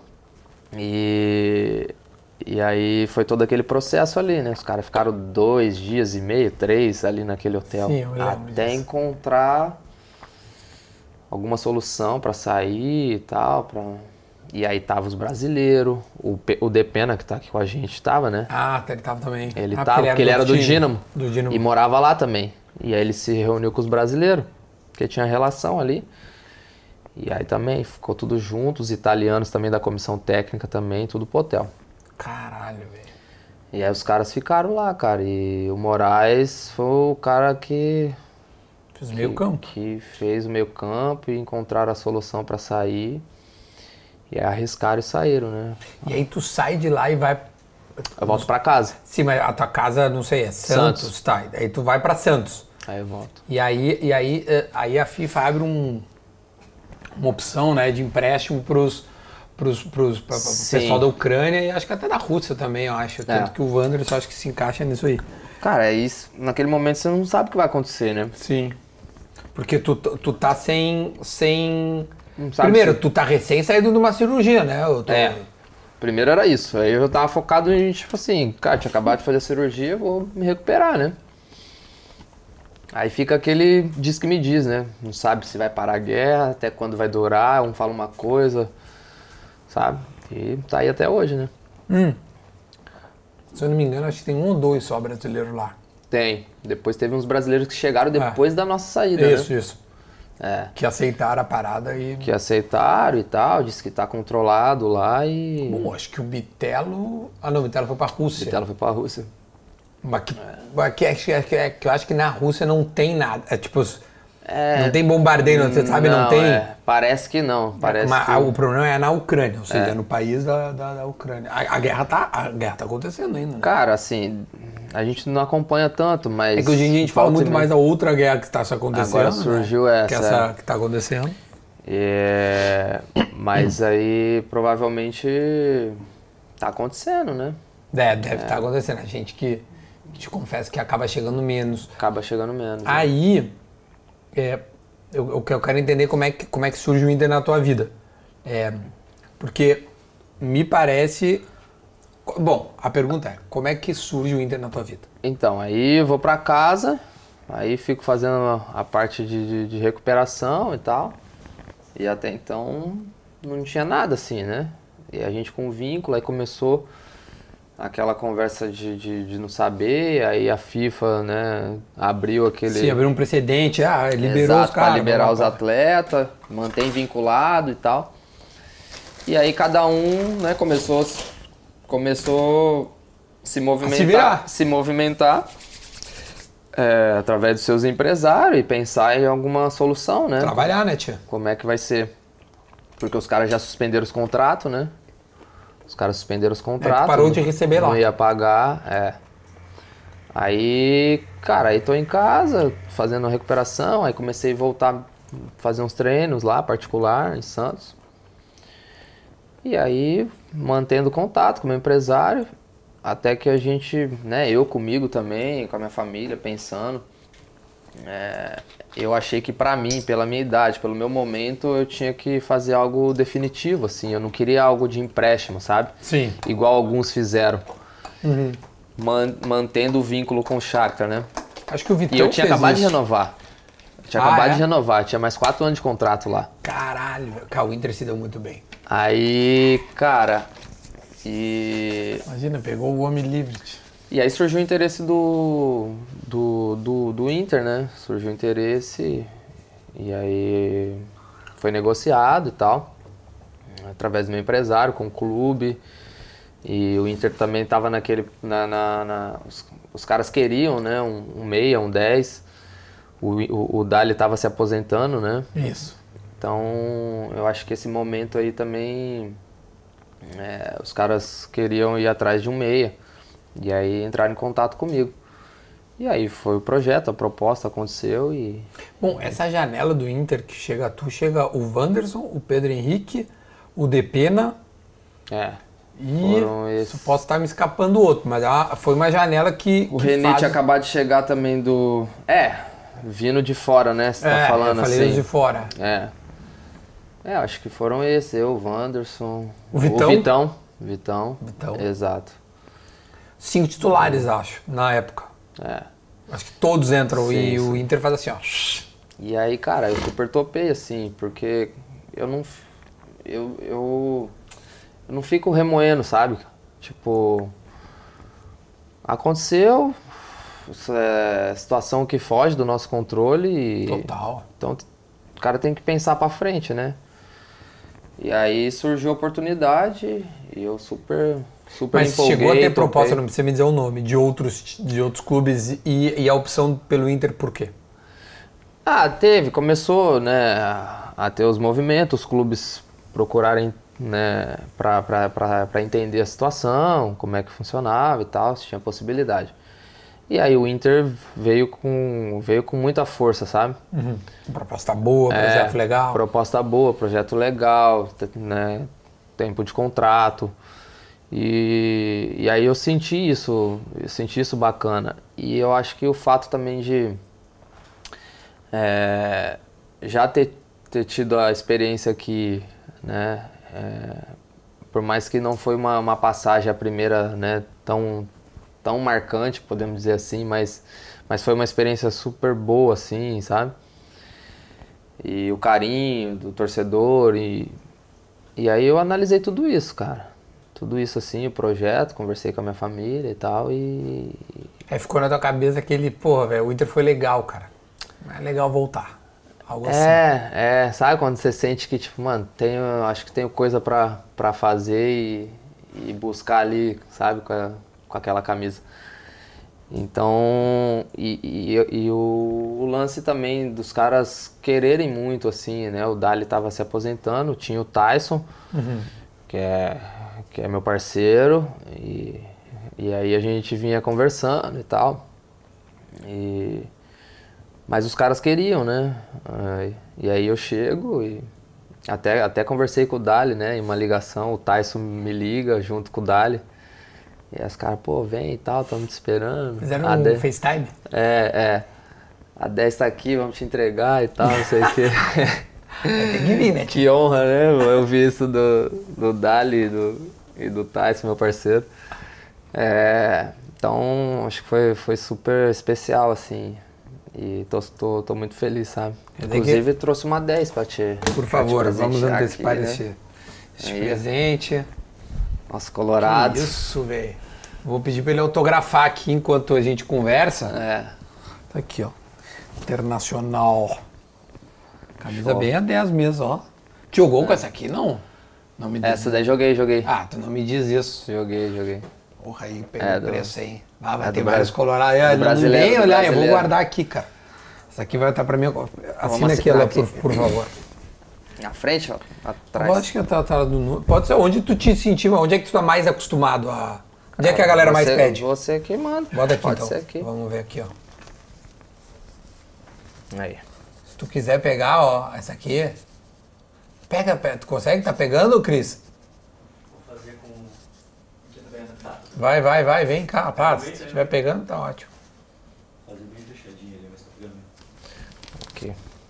e aí foi todo aquele processo ali, né? Os caras ficaram 2 dias e meio, 3 ali naquele hotel. Sim, eu lembro até disso. encontrar alguma solução para sair e tal. E aí tava os brasileiros, o Depena, que tá aqui com a gente, tava, né? Ah, ele tava também. Ele tava, porque ele era do Dínamo. Do Dínamo. E morava lá também. E aí ele se reuniu com os brasileiros, porque tinha relação ali. E aí também ficou tudo junto, os italianos também da comissão técnica também, tudo pro hotel. Caralho, velho. E aí os caras ficaram lá, cara. E o Moraes foi o cara que... Fez o meio campo. Que fez o meio campo e encontraram a solução pra sair. E aí arriscaram e saíram, né? E aí tu sai de lá e vai... Eu volto pra casa. Sim, mas a tua casa, não sei, é Santos, tá? Aí tu vai pra Santos. Aí eu volto. E aí a FIFA abre uma opção, né, de empréstimo pro pessoal da Ucrânia e acho que até da Rússia também, eu acho. Tanto que o Wanderson acho que se encaixa nisso aí. Cara, é isso. Naquele momento você não sabe o que vai acontecer, né? Sim. Porque tu tá sem... Não sabe Primeiro, tu tá recém saído de uma cirurgia, né? Primeiro era isso. Aí eu tava focado em, tipo assim, cara, tinha acabado de fazer a cirurgia, eu vou me recuperar, né? Aí fica aquele diz que me diz, né? Não sabe se vai parar a guerra, até quando vai durar, um fala uma coisa, sabe? E tá aí até hoje, né? Se eu não me engano, acho que tem 1 ou 2 só brasileiros lá. Tem. Depois teve uns brasileiros que chegaram depois da nossa saída, isso, né? Isso. É. Que aceitaram a parada e... Que aceitaram e tal, disse que tá controlado lá e... Bom, acho que o Bitelo... Ah, não, o Bitelo foi pra Rússia. O Bitelo foi pra Rússia. Mas que eu acho que na Rússia não tem nada. É tipo... não tem bombardeio, você sabe? Não tem... Parece que não. O problema é na Ucrânia, ou seja, no país da Ucrânia. A guerra tá acontecendo ainda, né? Cara, assim, a gente não acompanha tanto, mas... É que hoje em dia a gente fala muito mais da outra guerra que está acontecendo. Agora surgiu, né? Essa que está acontecendo. Mas aí provavelmente tá acontecendo, né? Deve estar acontecendo. A gente que te confessa que acaba chegando menos. Acaba chegando menos. Aí, eu quero entender como é que surge o Inter na tua vida. Porque me parece... Bom, a pergunta é, como é que surge o Inter na tua vida? Então, aí eu vou pra casa, aí fico fazendo a parte de recuperação e tal. E até então não tinha nada assim, né? E a gente com vínculo, aí começou aquela conversa de não saber, aí a FIFA, né, abriu aquele... Sim, abriu um precedente, liberou os caras. Para liberar os atletas, mantém vinculado e tal. E aí cada um, né, começou a se movimentar através dos seus empresários e pensar em alguma solução, né? Trabalhar, né, tia? Como é que vai ser? Porque os caras já suspenderam os contratos, né? Os caras suspenderam os contratos. Parou de receber lá. Não ia pagar, Aí, cara, aí tô em casa, fazendo recuperação, aí comecei a voltar a fazer uns treinos lá, particular, em Santos. E aí, mantendo contato com o meu empresário, até que a gente, né, eu comigo também, com a minha família, pensando, eu achei que pra mim, pela minha idade, pelo meu momento, eu tinha que fazer algo definitivo, assim, eu não queria algo de empréstimo, sabe? Sim. Igual alguns fizeram, mantendo o vínculo com o Shakhtar, né? Acho que o Vitão E eu tinha acabado de renovar. Tinha mais 4 anos de contrato lá. Caralho, o Inter se deu muito bem. Aí, cara, Imagina, pegou o homem livre. E aí surgiu o interesse do Inter, né? Surgiu o interesse e aí foi negociado e tal, através do meu empresário, com o clube. E o Inter também estava naquele... os caras queriam, né? Um meia, um 10. O Dali estava se aposentando, né? Isso. Então, eu acho que esse momento aí também... os caras queriam ir atrás de um meia. E aí entraram em contato comigo. E aí foi o projeto, a proposta aconteceu e... Bom, essa janela do Inter que chega o Wanderson, o Pedro Henrique, o Depena... E posso estar me escapando outro, mas foi uma janela que... O René tinha acabado de chegar também do... vindo de fora, né? Você tá falando assim. De fora. Acho que foram esses. Eu, o Wanderson... O Vitão. Vitão. Exato. 5 titulares, acho, na época. Acho que todos entram e o Inter faz assim, ó. E aí, cara, eu super topei, assim, porque eu não, eu não fico remoendo, sabe? Tipo, aconteceu, situação que foge do nosso controle e... Total. Então, o cara tem que pensar pra frente, né? E aí surgiu a oportunidade e eu super Mas empolguei, chegou a ter topei. proposta, não precisa me dizer o nome, de outros clubes e a opção pelo Inter por quê? Ah, começou, né, a ter os movimentos, os clubes procurarem, né, pra entender a situação, como é que funcionava e tal, se tinha possibilidade. E aí o Inter veio com muita força, sabe? Uhum. Proposta boa, projeto legal. Proposta boa, projeto legal, né, tempo de contrato. E aí eu senti isso bacana. E eu acho que o fato também de já ter tido a experiência aqui, né, por mais que não foi uma passagem a primeira, né, tão marcante, podemos dizer assim, mas foi uma experiência super boa, assim, sabe? E o carinho do torcedor e aí eu analisei tudo isso, cara. Tudo isso, assim, o projeto, conversei com a minha família e tal e... Aí ficou na tua cabeça aquele, porra, velho, o Inter foi legal, cara. É legal voltar. Algo assim. Sabe quando você sente que, tipo, mano, acho que tenho coisa pra fazer e buscar ali, sabe, com aquela camisa. Então, e o lance também dos caras quererem muito, assim, né? O Dali tava se aposentando, tinha o Tyson, que é meu parceiro, e aí a gente vinha conversando e tal. Mas os caras queriam, né? E aí eu chego e até conversei com o Dali, né? Em uma ligação, o Tyson me liga junto com o Dali. E aí os caras, pô, vem e tal, estamos te esperando. Fizeram um FaceTime? A 10 tá aqui, vamos te entregar e tal, não sei o quê. Tem que vir, né? Que honra, né? Eu vi isso do Dali e do Tyson, meu parceiro. Então, acho que foi super especial, assim. E tô muito feliz, sabe? Inclusive, trouxe uma 10 pra te Por favor, vamos antecipar aqui, né? este presente. Nossa, colorado. Que isso, velho. Vou pedir pra ele autografar aqui enquanto a gente conversa. Tá aqui, ó. Internacional. Camisa bem a 10 mesmo, ó. Jogou com essa aqui, não? Não me diz. Essa daí joguei. Ah, tu não me diz isso. Joguei. Porra, aí pegou o preço aí. Vai ter do vários Brasil. colorados. Brasileiro, Nem olhar, eu vou brasileiro. guardar aqui, cara. Essa aqui vai estar pra mim. Assina aqui, ela, por favor. Na frente, ó, atrás. Eu acho que tá do... Pode ser onde tu te sentir, onde é que tu tá mais acostumado a... Onde é que a galera mais pede? Você que manda. Bota aqui, Pode então. ser aqui. Vamos ver aqui, ó. Aí. Se tu quiser pegar, ó, essa aqui... Pega, tu consegue? Tá pegando, Cris? Vou fazer com... Tá. Vai, vem cá, tá. Se estiver pegando, tá ótimo. Fazer bem fechadinho ali, mas tá pegando. Aqui.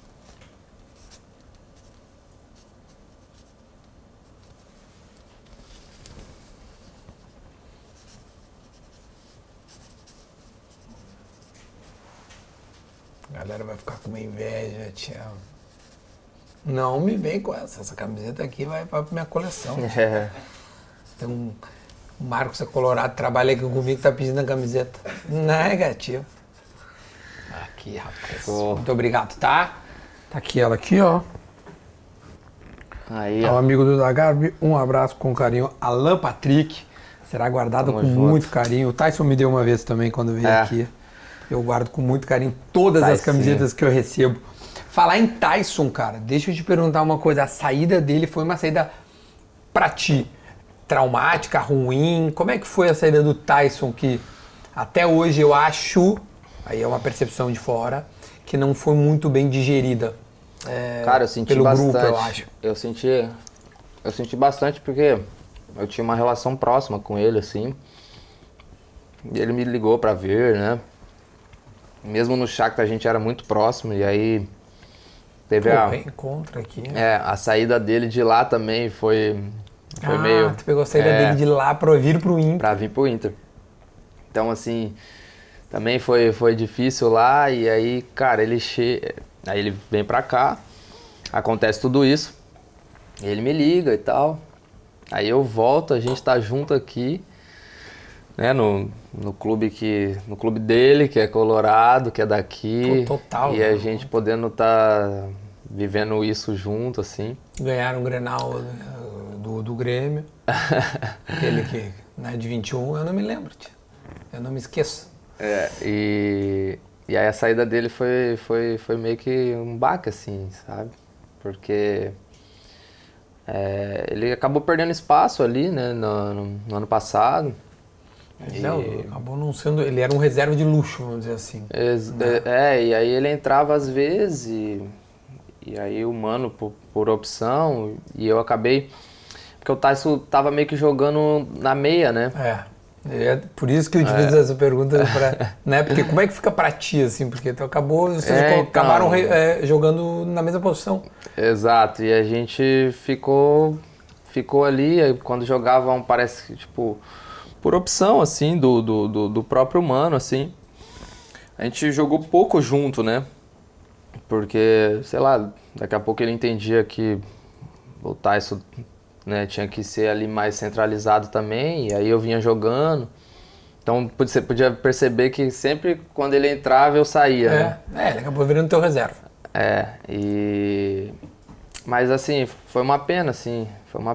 A galera vai ficar com uma inveja, tia. Não me vem com essa. Essa camiseta aqui vai pra minha coleção. Tem um Marcos Colorado, trabalha aqui comigo, tá pedindo a camiseta. Negativo. Aqui, rapaz. Muito obrigado, tá? Tá aqui ela aqui, ó. Aí, É um ó. amigo do Dagarbi, um abraço com carinho. Alan Patrick, será guardado Tamo com junto. muito carinho. O Tyson me deu uma vez também quando veio aqui. Eu guardo com muito carinho todas as camisetas que eu recebo. Falar em Tyson, cara, deixa eu te perguntar uma coisa. A saída dele foi uma saída pra ti traumática, ruim? Como é que foi a saída do Tyson, que até hoje eu acho, aí é uma percepção de fora, que não foi muito bem digerida? Cara, eu senti pelo bastante. grupo, eu acho. Eu senti bastante porque eu tinha uma relação próxima com ele, assim. E ele me ligou pra ver, né? Mesmo no Shakhtar a gente era muito próximo e aí teve reencontro aqui. a saída dele de lá também foi meio... tu pegou a saída dele de lá pra vir pro Inter. Pra vir pro Inter. Então, assim, também foi difícil lá e aí, cara, Aí ele vem pra cá, acontece tudo isso, ele me liga e tal. Aí eu volto, a gente tá junto aqui, né, no clube dele, que é Colorado, que é daqui. Total. E a gente podendo tá vivendo isso junto, assim. Ganharam o Grenal do Grêmio. Aquele que, né, de 21, eu não me lembro, tia. Eu não me esqueço. E aí a saída dele foi meio que um baque, assim, sabe? Porque ele acabou perdendo espaço ali, né, no ano passado. Acabou não sendo... Ele era um reserva de luxo, vamos dizer assim. E aí ele entrava às vezes e aí o Mano por opção, e eu acabei... Porque o Tyson tava meio que jogando na meia, né? É por isso que eu te fiz essa pergunta, né? Porque como é que fica pra ti, assim? Porque tu vocês acabaram jogando na mesma posição. Exato, e a gente ficou ali, aí quando jogavam, parece que, tipo, por opção, assim, do próprio Mano, assim. A gente jogou pouco junto, né? Porque, sei lá, daqui a pouco ele entendia que o Tyson, né, tinha que ser ali mais centralizado também, e aí eu vinha jogando. Então você podia perceber que sempre quando ele entrava eu saía, né? Ele acabou virando teu reserva. Mas assim, foi uma pena, assim,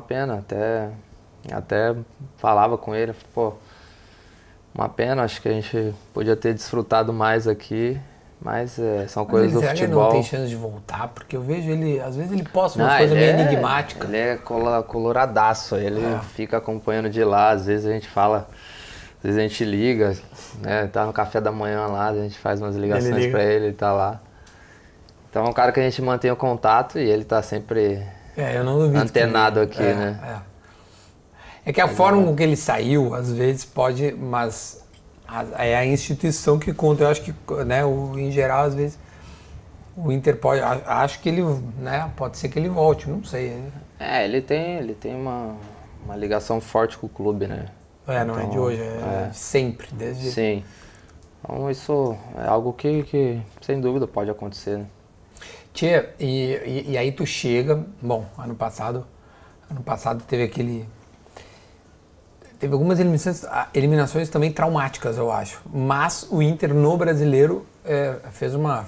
até falava com ele, pô, uma pena, acho que a gente podia ter desfrutado mais aqui. Mas são coisas do futebol. Ele não tem chance de voltar, porque eu vejo ele, às vezes ele posta umas coisas meio enigmáticas. Ele é coloradaço, ele fica acompanhando de lá, às vezes a gente fala, às vezes a gente liga, né, tá no café da manhã lá, a gente faz umas ligações pra ele tá lá. Então é um cara que a gente mantém o contato e ele tá sempre eu não duvido antenado aqui, né. É que a forma com que ele saiu, às vezes pode, mas... É a instituição que conta. Eu acho que, né, em geral, às vezes, o Inter pode... Acho que ele, né, pode ser que ele volte, não sei. Ele tem uma ligação forte com o clube, né? Não é de hoje, de sempre, desde... Sim. Então isso é algo que sem dúvida pode acontecer, né? Tchê, e aí tu chega... Bom, ano passado teve algumas eliminações também traumáticas, eu acho. Mas o Inter no Brasileiro fez uma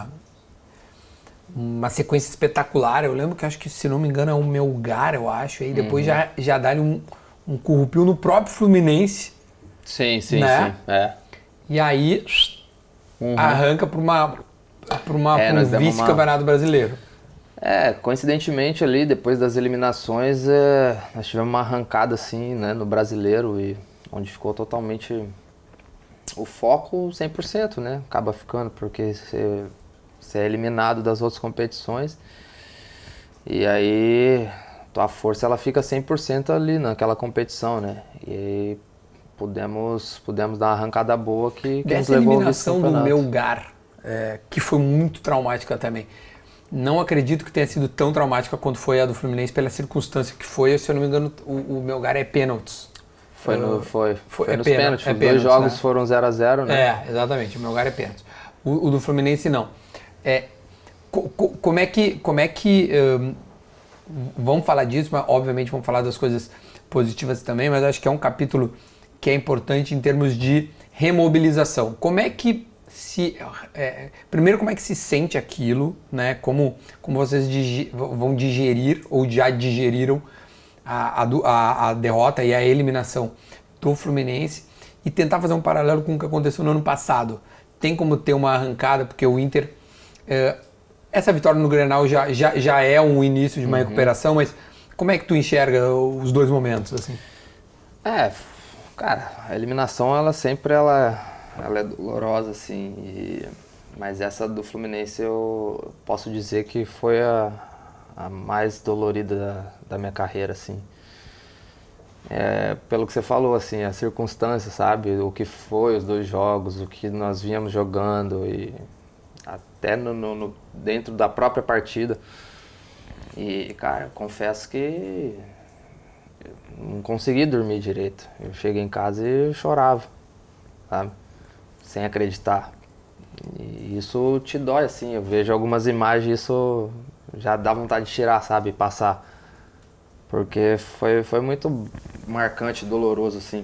sequência espetacular. Eu lembro que, acho que, se não me engano, é o Melgar, eu acho. E depois já dá-lhe um currupio no próprio Fluminense. Sim, né? sim. E aí arranca para um vice-campeonato brasileiro. Coincidentemente ali, depois das eliminações, nós tivemos uma arrancada assim, né, no Brasileiro, e onde ficou totalmente o foco 100%, né? Acaba ficando, porque você é eliminado das outras competições e aí tua força ela fica 100% ali naquela competição, né? E aí pudemos dar uma arrancada boa que nos levou ao vice-campeonato. Dessa eliminação do Melgar, que foi muito traumática também. Não acredito que tenha sido tão traumática quanto foi a do Fluminense pela circunstância que foi. Se eu não me engano, o Melgar é pênaltis. Foi nos pênaltis. Os dois jogos, né, foram 0-0, né? Exatamente. O Melgar é pênaltis. O do Fluminense não. Como é que vamos falar disso, mas obviamente vamos falar das coisas positivas também, mas acho que é um capítulo que é importante em termos de remobilização. Como é que primeiro, como é que se sente aquilo, né? Como vocês vão digerir ou já digeriram a derrota e a eliminação do Fluminense, e tentar fazer um paralelo com o que aconteceu no ano passado. Tem como ter uma arrancada, porque o Inter... essa vitória no Grenal já é um início de uma recuperação, mas como é que tu enxerga os dois momentos, assim? Cara, a eliminação, ela sempre é dolorosa, assim, mas essa do Fluminense eu posso dizer que foi a mais dolorida da minha carreira, assim. Pelo que você falou, assim, a circunstância, sabe? O que foi os dois jogos, o que nós vínhamos jogando, e até dentro da própria partida. E, cara, confesso que eu não consegui dormir direito. Eu cheguei em casa e chorava, sabe? Sem acreditar. E isso te dói, assim. Eu vejo algumas imagens, isso já dá vontade de tirar, sabe? Passar. Porque foi muito marcante, doloroso, assim.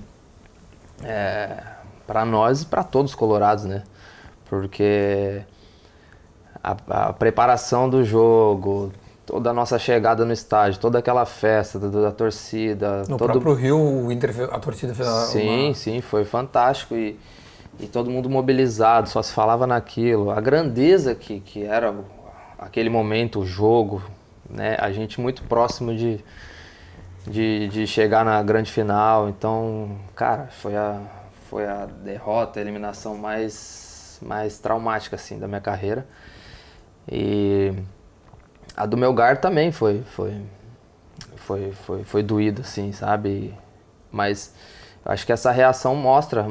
Para nós e para todos os colorados, né? Porque a preparação do jogo, toda a nossa chegada no estádio, toda aquela festa da torcida. No próprio Rio, a torcida fez Sim, foi fantástico. E todo mundo mobilizado, só se falava naquilo. A grandeza que era aquele momento, o jogo, né? A gente muito próximo de chegar na grande final. Então, cara, foi a derrota, a eliminação mais traumática, assim, da minha carreira. E a do Melgar também foi doído, assim, sabe? Mas eu acho que essa reação mostra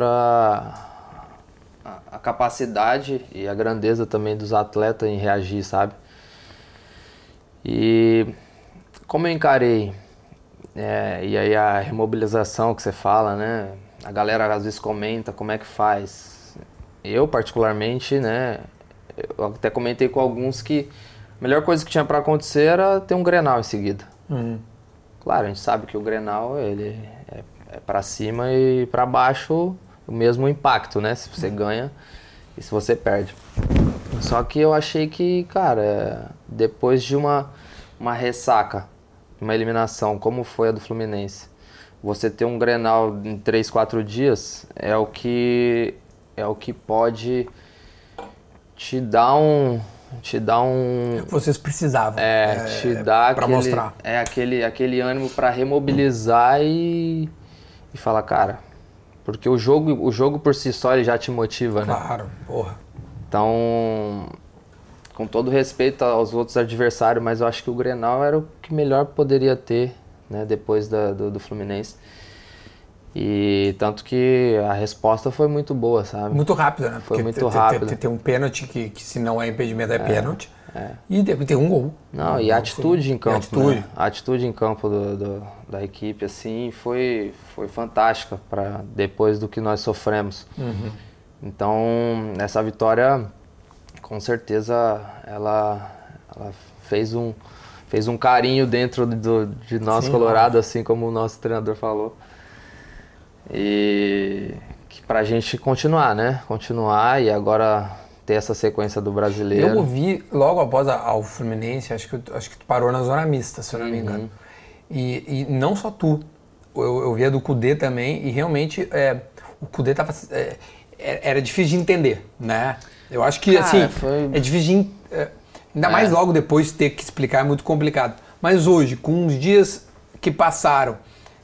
a capacidade e a grandeza também dos atletas em reagir, sabe? E como eu encarei, e aí a remobilização que você fala, né? A galera às vezes comenta como é que faz. Eu, particularmente, né? Eu até comentei com alguns que a melhor coisa que tinha para acontecer era ter um Grenal em seguida. Claro, a gente sabe que o Grenal ele é para cima e para baixo o mesmo impacto, né? Se você ganha e se você perde. Só que eu achei que, cara, depois de uma ressaca, uma eliminação como foi a do Fluminense, você ter um Grenal em 3, 4 dias é o que pode te dar um... É o que vocês precisavam. Te dá pra mostrar. Aquele ânimo para remobilizar e falar, cara, porque o jogo por si só ele já te motiva, né? Claro, porra. Então, com todo respeito aos outros adversários, mas eu acho que o Grenal era o que melhor poderia ter, né, depois do Fluminense. E tanto que a resposta foi muito boa, sabe? Muito rápida, né? Foi muito rápida. Tem um pênalti que se não é impedimento é pênalti. E tem um gol. Não, e a atitude em campo, né? A atitude em campo da equipe, assim, foi fantástica para depois do que nós sofremos. Então, essa vitória, com certeza, ela fez um carinho dentro de nós colorados, assim como o nosso treinador falou. E que pra gente continuar, né? Continuar e agora ter essa sequência do brasileiro. Eu ouvi logo após ao Fluminense, acho que tu parou na zona mista, se eu não me engano. E não só tu. Eu vi a do Kudê também e realmente o Kudê tava... era difícil de entender, né? Eu acho que, cara, assim, é difícil de... ainda mais logo depois ter que explicar é muito complicado. Mas hoje, com os dias que passaram...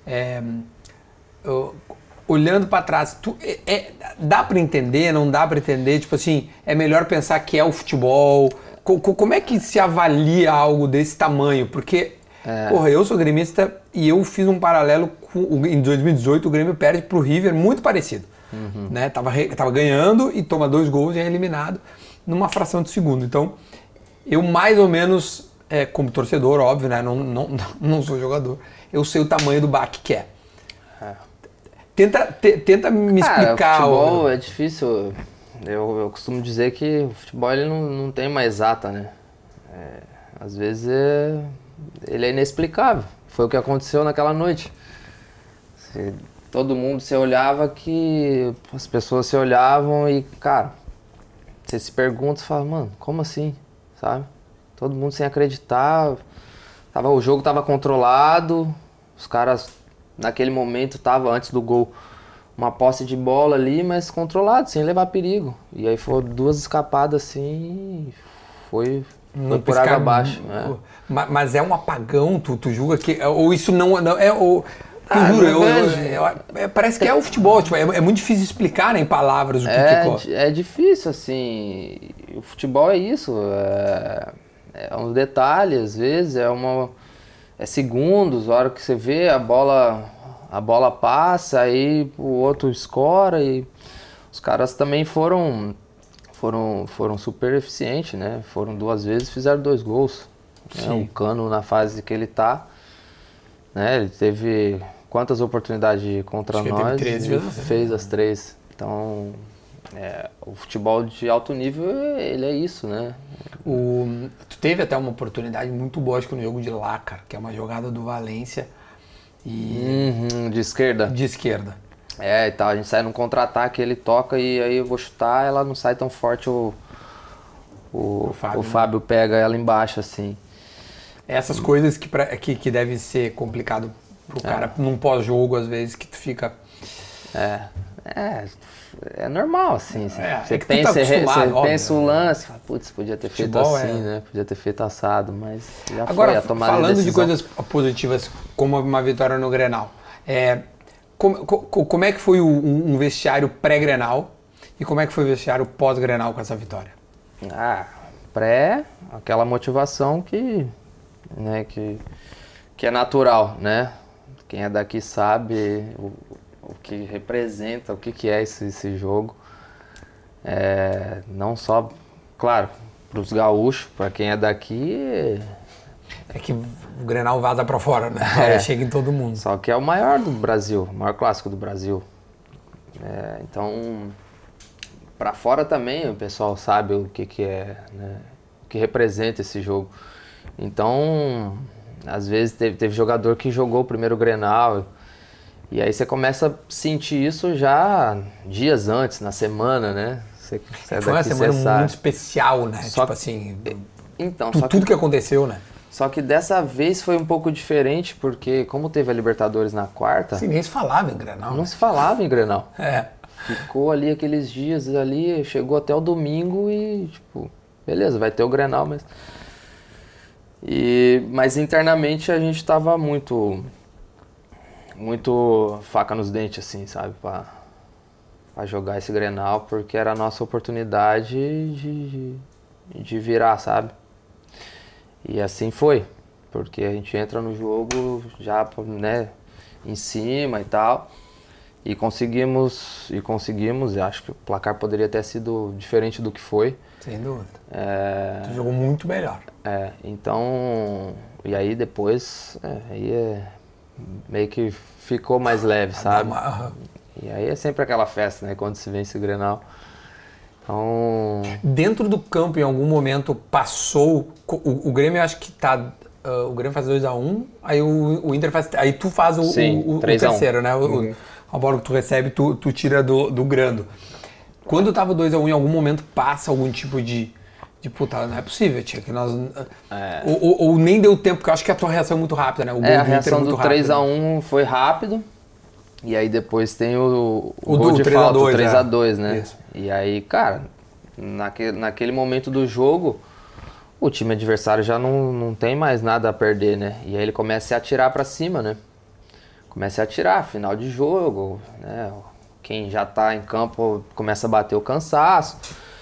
olhando para trás, dá para entender, não dá para entender? Tipo assim, é melhor pensar que é o futebol. Como é que se avalia algo desse tamanho? Porque, porra, eu sou gremista e eu fiz um paralelo em 2018, o Grêmio perde pro River muito parecido. Né? Tava ganhando e toma 2 gols e é eliminado numa fração de segundo. Então, eu mais ou menos, como torcedor, óbvio, né? Não sou jogador, eu sei o tamanho do baque que é. Tenta me explicar. O futebol é difícil. Eu costumo dizer que o futebol ele não tem uma exata, né? Às vezes ele é inexplicável. Foi o que aconteceu naquela noite. Todo mundo se olhava que... As pessoas se olhavam e, cara... Você se pergunta e fala, mano, como assim? Sabe? Todo mundo sem acreditar. O jogo tava controlado. Os caras... Naquele momento tava, antes do gol, uma posse de bola ali, mas controlado, sem levar perigo. E aí foram 2 escapadas assim, foi por água abaixo. Mas é um apagão, tu julga que... Ou isso não é... parece que é o futebol, tipo, é muito difícil explicar, né, em palavras o que ficou. É difícil, assim, o futebol é isso, é um detalhe, às vezes, é segundos, a hora que você vê a bola passa, aí o outro escora e os caras também foram super eficientes, né? Foram 2 vezes e fizeram 2 gols. Né? O Cano na fase que ele tá, né? Ele teve quantas oportunidades contra nós? Teve 3 vezes. Fez as 3. Então O futebol de alto nível, ele é isso, né? Tu teve até uma oportunidade muito boa, acho que no jogo de lá, cara, que é uma jogada do Valência De esquerda. de esquerda. E tal, a gente sai num contra-ataque, ele toca e aí eu vou chutar, ela não sai tão forte, o Fábio pega ela embaixo, assim. Essas coisas que deve ser complicado pro cara num pós-jogo, às vezes, que tu fica... É normal, assim. Você que tu pensa, tá acostumado, óbvio, pensa o lance, fala, putz, podia ter feito Futebol assim, né? Podia ter feito assado, mas já Agora, foi a tomada falando de de coisas positivas, como uma vitória no Grenal, como é que foi um vestiário pré-Grenal e como é que foi o vestiário pós-Grenal com essa vitória? Aquela motivação que é natural, né? Quem é daqui sabe o que representa, o que é esse jogo. Não só, claro, para os gaúchos, para quem é daqui... É que o Grenal vaza pra fora, né? Chega em todo mundo. Só que é o maior do Brasil, o maior clássico do Brasil. Então, pra fora também o pessoal sabe o que é, né? O que representa esse jogo. Então, às vezes teve jogador que jogou o primeiro Grenal e aí você começa a sentir isso já dias antes, na semana, né? Foi uma semana muito especial, né? Só tipo assim, tudo que aconteceu, né? Só que dessa vez foi um pouco diferente, porque como teve a Libertadores na quarta... Sim, nem se falava em Grenal. Não se falava em Grenal. É. Ficou ali aqueles dias ali, chegou até o domingo e, tipo, beleza, vai ter o Grenal, mas... Mas internamente a gente tava muito faca nos dentes, assim, sabe? Pra jogar esse Grenal, porque era a nossa oportunidade de virar, sabe? E assim foi, porque a gente entra no jogo já, né, em cima e tal, e conseguimos, e acho que o placar poderia ter sido diferente do que foi. Sem dúvida. Tu jogou muito melhor. Então, e aí depois, meio que ficou mais leve, sabe? E aí é sempre aquela festa, né, quando se vence o Grenal. Então... Dentro do campo, em algum momento, passou... O Grêmio, acho que tá... o Grêmio faz 2-1, aí o Inter faz... Aí tu faz o terceiro, né? A bola que tu recebe, tu tira do Grando. Quando tava 2-1, em algum momento passa algum tipo de puta, não é possível, tia, que nós... Ou nem deu tempo, porque eu acho que a tua reação é muito rápida, né? O gol a reação do 3-1 foi rápido. E aí depois tem o gol de falta, o 3-2, né? Isso. E aí, cara, naquele momento do jogo, o time adversário já não tem mais nada a perder, né? E aí ele começa a atirar pra cima, né? Começa a atirar, final de jogo, né? Quem já tá em campo começa a bater o cansaço.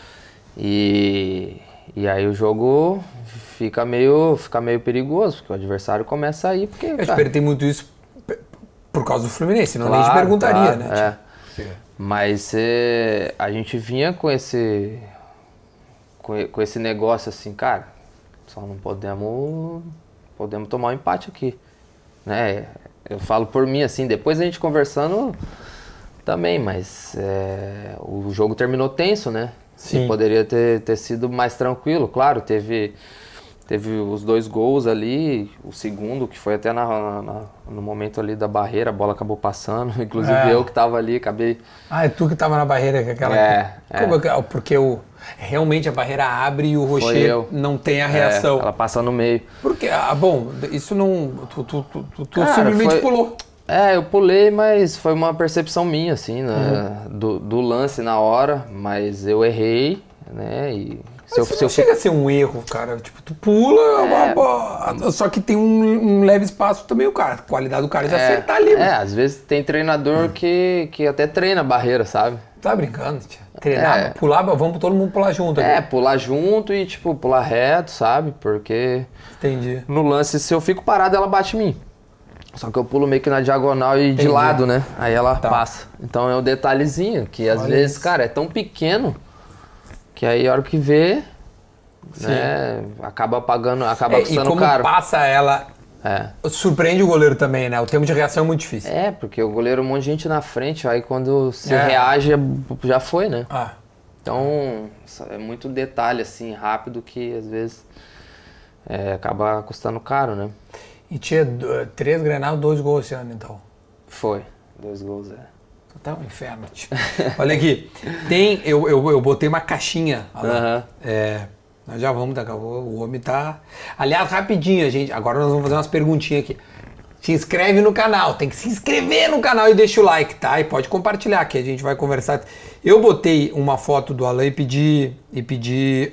E aí o jogo fica meio perigoso, porque o adversário começa a ir, porque... Eu espero que tem muito isso por causa do Fluminense, senão nem te perguntaria, né? Mas a gente vinha com esse negócio assim, cara, só não podemos tomar um empate aqui, né? Eu falo por mim assim, depois a gente conversando também, mas o jogo terminou tenso, né? Sim. Poderia ter sido mais tranquilo, claro, teve os 2 gols ali, o segundo, que foi até no momento ali da barreira, a bola acabou passando, inclusive eu que tava ali, acabei... é tu que tava na barreira, que aquela... Porque realmente a barreira abre e o Rocher não tem a reação. Ela passa no meio. Porque, isso não... Tu simplesmente pulou. Eu pulei, mas foi uma percepção minha, assim, né, do lance na hora, mas eu errei, né, e... Não chega a ser um erro, cara. Tipo, tu pula, só que tem um leve espaço também, a qualidade do cara de acertar ali. Às vezes tem treinador que até treina a barreira, sabe? Tá brincando, tia. Treinar, pular, vamos todo mundo pular junto. Pular junto e, tipo, pular reto, sabe? Porque... Entendi. No lance, se eu fico parado, ela bate em mim. Só que eu pulo meio que na diagonal e de lado, né? Aí ela passa. Então é um detalhezinho que, às vezes, cara, é tão pequeno... Que aí a hora que vê, né, acaba custando caro. E como passa ela, surpreende o goleiro também, né? O tempo de reação é muito difícil. Porque o goleiro, um monte de gente na frente, aí quando se reage, já foi, né? Então, é muito detalhe, assim, rápido, que às vezes acaba custando caro, né? E tinha 3 Grenal, 2 gols esse ano, então. Foi, 2 gols, Tá um inferno, tipo. Olha aqui, eu botei uma caixinha. Nós já vamos, o homem tá... Aliás, rapidinho, gente, agora nós vamos fazer umas perguntinhas aqui. Se inscreve no canal, tem que se inscrever no canal e deixa o like, tá? E pode compartilhar, que a gente vai conversar. Eu botei uma foto do Alan e pedi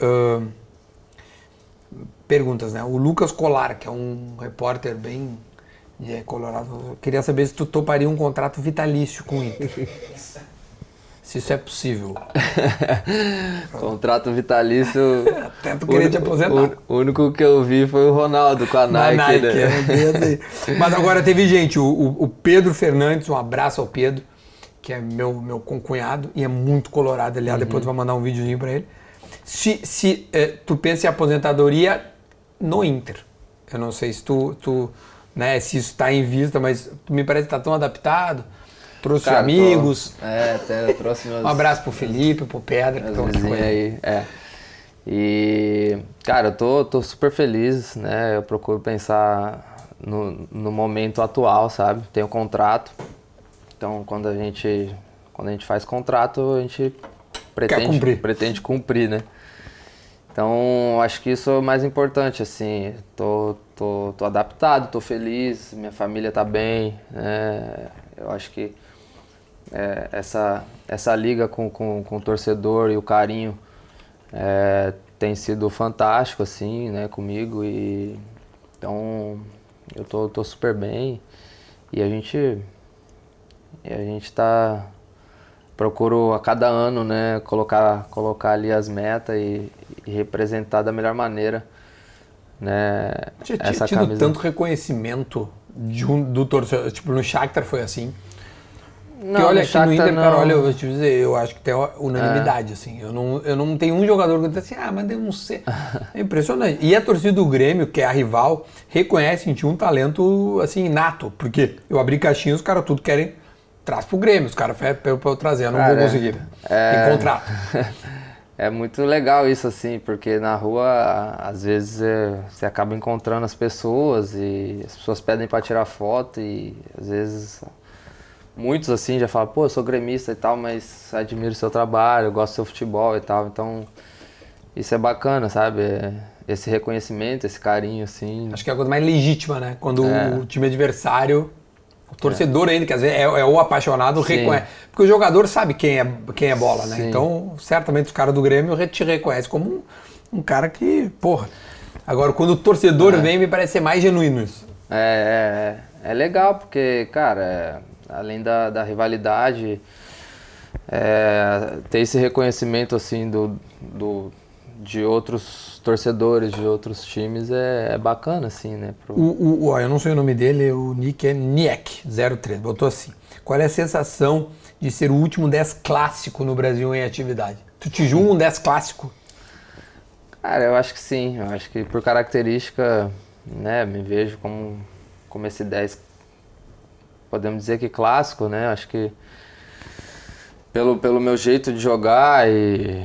perguntas, né? O Lucas Colar, que é um repórter bem colorado, eu queria saber se tu toparia um contrato vitalício com o Inter. Se isso é possível. Contrato vitalício. Até tu queria te aposentar. O único que eu vi foi o Ronaldo com a Nike. Né? Mas agora teve gente, o Pedro Fernandes, um abraço ao Pedro, que é meu concunhado e é muito colorado. Aliás, depois tu vai mandar um videozinho pra ele. Se tu pensa em aposentadoria no Inter. Eu não sei se tu né, se isso tá em vista, mas tu me parece que tá tão adaptado. Trouxe amigos. Até eu trouxe meus... Um abraço pro Felipe, pro Pedro. Que estão aí. E, cara, eu tô super feliz, né? Eu procuro pensar no momento atual, sabe? Tenho contrato. Então, quando a gente faz contrato, a gente pretende cumprir, né? Então, acho que isso é o mais importante, assim. Tô adaptado, tô feliz, minha família tá bem, né? Eu acho que essa liga com o torcedor e o carinho tem sido fantástico, assim, né, comigo. E então eu tô super bem e a gente procuro a cada ano, né, colocar ali as metas e representar da melhor maneira, né, essa tido camisa. Tanto reconhecimento do torcedor, tipo no Shakhtar foi assim. Não, porque olha, aqui no Inter, não. Cara, olha, eu vou te dizer, eu acho que tem unanimidade, assim. Eu não tenho um jogador que diz assim, mas eu não sei. É impressionante. E a torcida do Grêmio, que é a rival, reconhece em ti um talento, assim, inato. Porque eu abri caixinha, os caras tudo querem, traz pro Grêmio. Os caras pedem pra eu trazer, eu não vou conseguir. Tem contrato. É muito legal isso, assim, porque na rua, às vezes, você acaba encontrando as pessoas e as pessoas pedem pra tirar foto e, às vezes... Muitos, assim, já falam, pô, eu sou gremista e tal, mas admiro o seu trabalho, gosto do seu futebol e tal. Então, isso é bacana, sabe? Esse reconhecimento, esse carinho, assim. Acho que é a coisa mais legítima, né? Quando o time adversário, o torcedor ainda, que às vezes é o apaixonado, reconhece. Porque o jogador sabe quem é bola, né? Sim. Então, certamente os caras do Grêmio te reconhecem como um cara que, porra... Agora, quando o torcedor vem, me parece ser mais genuíno isso. É legal, porque, cara... Além da rivalidade, ter esse reconhecimento assim de outros torcedores, de outros times é bacana, assim, né? Eu não sei o nome dele, o nick é Niek03, botou assim. Qual é a sensação de ser o último 10 clássico no Brasil em atividade? Tu te julga um 10 clássico? Cara, eu acho que sim. Eu acho que por característica, né, me vejo como esse 10 podemos dizer que clássico, né? Acho que pelo meu jeito de jogar e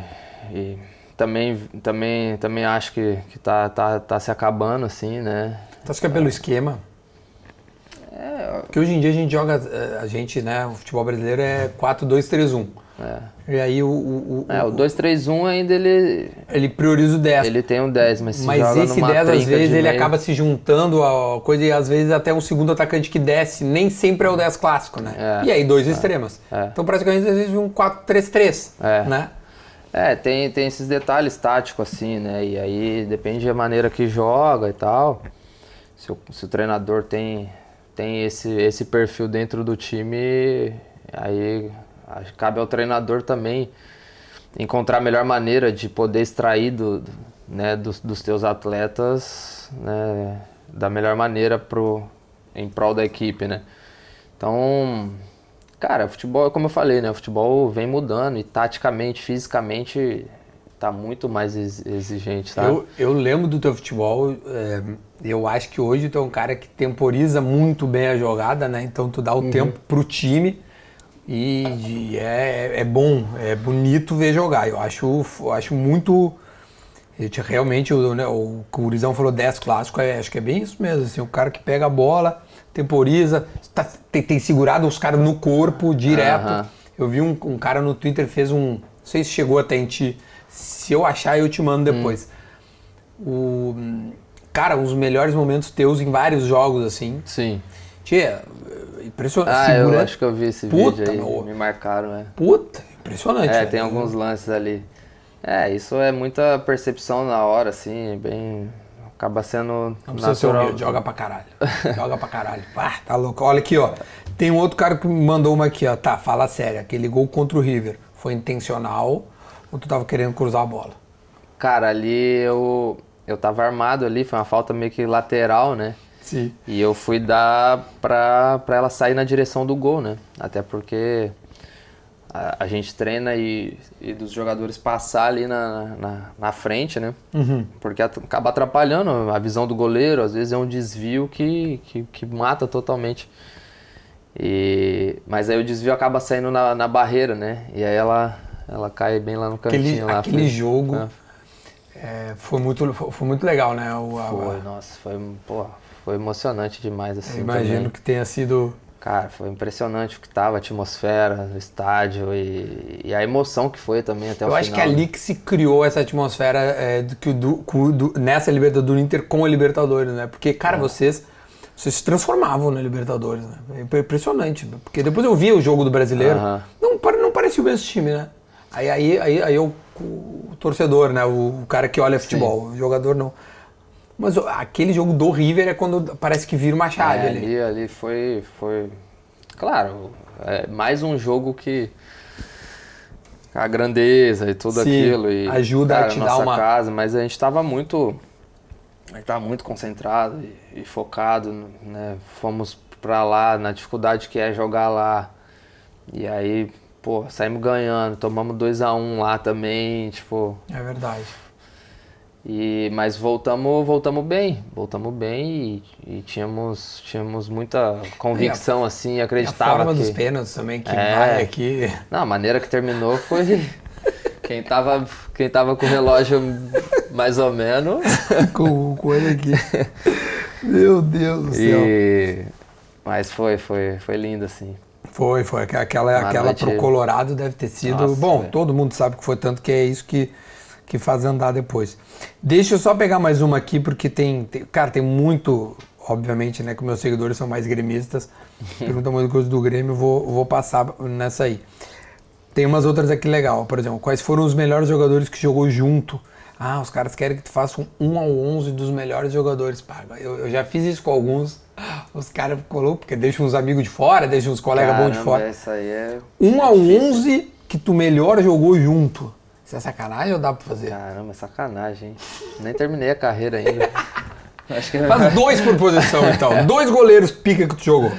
também acho que tá se acabando, assim, né? Tu acha que é pelo esquema? Porque hoje em dia a gente joga, né, o futebol brasileiro é 4-2-3-1. E aí o 2-3-1 ainda ele prioriza o 10. Ele tem um 10, mas se joga esse 10 às vezes ele acaba se juntando a coisa e às vezes até um segundo atacante que desce, nem sempre é o 10 clássico, né? E aí 2 extremas. Então praticamente às vezes um 4-3-3, né? Tem esses detalhes táticos assim, né? E aí depende da maneira que joga e tal. Se o treinador tem esse perfil dentro do time, aí cabe ao treinador também encontrar a melhor maneira de poder extrair dos teus atletas, né, da melhor maneira em prol da equipe, né? Então, cara, o futebol, como eu falei, né, o futebol vem mudando e taticamente, fisicamente tá muito mais exigente, sabe? Eu lembro do teu futebol, eu acho que hoje tu é um cara que temporiza muito bem a jogada, né? Então tu dá o tempo pro time. é bom, é bonito ver jogar. Eu acho muito... Realmente, né, o Curizão falou 10 clássicos, acho que é bem isso mesmo. Assim, o cara que pega a bola, temporiza, tem segurado os caras no corpo direto. Eu vi um cara no Twitter fez não sei se chegou até em ti. Se eu achar, eu te mando depois. Cara, os melhores momentos teus em vários jogos, assim. Sim. Tia, impressionante. Eu acho que eu vi esse vídeo aí, me marcaram, né? Puta, impressionante. Tem alguns lances ali. Isso é muita percepção na hora, assim, bem... Acaba sendo não precisa ser humilde, joga pra caralho. Joga pra caralho. Tá louco. Olha aqui, ó. Tem um outro cara que me mandou uma aqui, ó. Tá, fala sério. Aquele gol contra o River, foi intencional ou tu tava querendo cruzar a bola? Cara, ali eu tava armado ali, foi uma falta meio que lateral, né? Sim. E eu fui dar pra ela sair na direção do gol, né? Até porque a gente treina e dos jogadores passar ali na frente, né? Porque acaba atrapalhando a visão do goleiro, às vezes é um desvio que mata totalmente. Mas aí o desvio acaba saindo na barreira, né? E aí ela cai bem lá no cantinho. Aquele jogo foi muito legal, né? Foi emocionante demais, assim. Eu imagino também. Que tenha sido... Cara, foi impressionante o que tava, a atmosfera no estádio e a emoção que foi também até o final. Eu acho que é ali que se criou essa atmosfera nessa Libertadores do Inter com a Libertadores, né? Porque, cara, vocês se transformavam na Libertadores, né? É impressionante, porque depois eu vi o jogo do Brasileiro, não parecia o mesmo time, né? Aí o torcedor, né? O cara que olha futebol, o jogador não... Mas aquele jogo do River é quando parece que vira uma chave ali. Ali foi... Claro, mais um jogo que... A grandeza e tudo aquilo. E, ajuda a te dar uma... casa, mas a gente estava muito concentrado e focado, né? Fomos pra lá, na dificuldade que é jogar lá. E aí, saímos ganhando, tomamos 2-1 lá também, tipo... É verdade. Mas voltamos bem e tínhamos muita convicção, assim, acreditava a forma que... dos pênaltis também, que vai aqui... Não, a maneira que terminou foi... Quem tava com o relógio mais ou menos... com ele aqui. Meu Deus do céu. Mas foi lindo, assim. Foi. Aquela pro Colorado deve ter sido... Nossa, bom, todo mundo sabe que foi, tanto que é isso que faz andar depois. Deixa eu só pegar mais uma aqui, porque tem muito, obviamente, né, que meus seguidores são mais gremistas, perguntam muita coisa do Grêmio, vou passar nessa aí. Tem umas outras aqui legal, por exemplo, quais foram os melhores jogadores que jogou junto? Os caras querem que tu faça um 1 ao 11 dos melhores jogadores. Eu já fiz isso com alguns, os caras colocam, porque deixam uns amigos de fora, deixam uns colegas bons de fora. Essa aí é 1 ao 11 que tu melhor jogou junto. Isso é sacanagem ou dá pra fazer? Caramba, é sacanagem, hein? Nem terminei a carreira ainda. Acho que... Faz 2 por posição, então. 2 goleiros pica que tu jogou.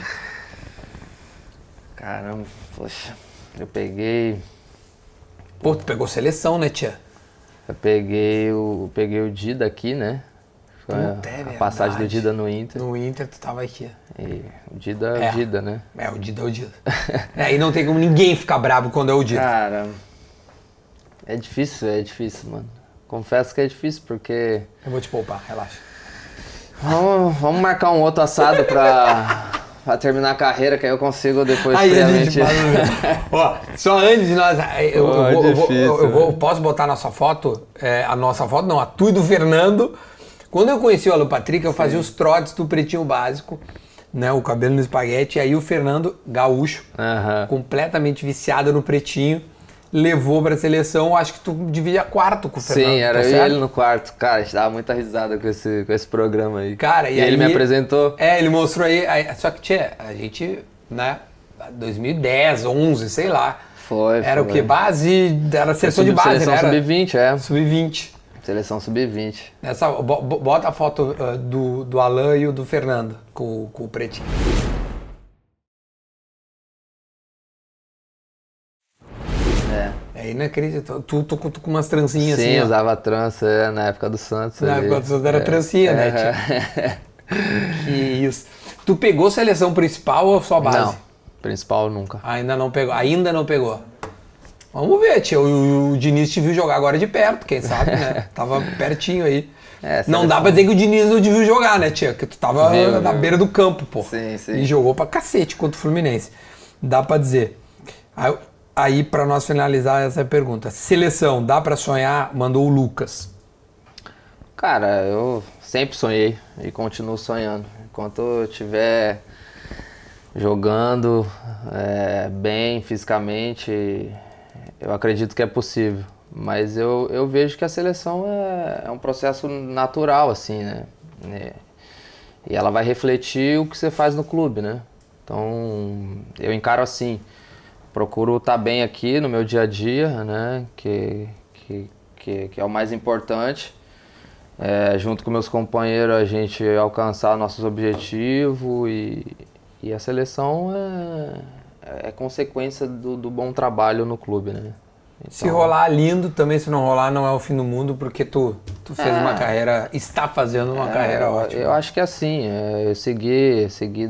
Caramba, poxa. Eu peguei... Tu pegou seleção, né, tia? Eu peguei o Dida aqui, né? Foi a passagem do Dida no Inter. No Inter tu tava aqui. E o Dida é o Dida, né? O Dida é o Dida. E não tem como ninguém ficar bravo quando é o Dida. Cara... É difícil, mano. Confesso que é difícil, porque... Eu vou te poupar, relaxa. Vamos marcar um outro assado pra terminar a carreira, que aí eu consigo depois friamente... Ó, só antes de nós... Eu posso botar a nossa foto? A nossa foto não, a tua e do Fernando. Quando eu conheci o Alan Patrick, eu fazia os trotes do Pretinho Básico, né? O cabelo no espaguete. E aí o Fernando, gaúcho, completamente viciado no Pretinho, levou pra seleção, acho que tu dividia quarto com o Fernando. Sim, era eu e ele no quarto. Cara, a gente dava muita risada com esse programa aí. Cara, e aí, ele me apresentou. Ele mostrou aí, só que, a gente, né, 2010, 11, sei lá. Era o quê? Base, era seleção de base, né? Seleção sub-20, Sub-20. Seleção sub-20. Bota a foto do Alan e o do Fernando com o Pretinho. É inacreditável. Tu com umas trancinhas assim. Sim, usava trança na época do Santos. Na época do Santos era trancinha, né, tio? Que isso. Tu pegou seleção principal ou só base? principal nunca. Ainda não pegou. Vamos ver, tia. O Diniz te viu jogar agora de perto, quem sabe, né? Tava pertinho aí. Não dá pra dizer que o Diniz não te viu jogar, né, tia? Porque tu tava na beira do campo, pô. Sim. E jogou pra cacete contra o Fluminense. Dá pra dizer. Aí, pra nós finalizar essa pergunta. Seleção, dá pra sonhar? Mandou o Lucas. Cara, eu sempre sonhei e continuo sonhando. Enquanto eu estiver jogando bem fisicamente, eu acredito que é possível. Mas eu vejo que a seleção é um processo natural, assim, né? E ela vai refletir o que você faz no clube, né? Então, eu encaro assim. Procuro estar bem aqui no meu dia a dia, né? Que é o mais importante. Junto com meus companheiros, a gente alcançar nossos objetivos e a seleção é consequência do bom trabalho no clube, né? Então, se rolar, lindo. Também, se não rolar, não é o fim do mundo, porque tu fez uma carreira, está fazendo uma carreira ótima. Eu acho que é assim, eu segui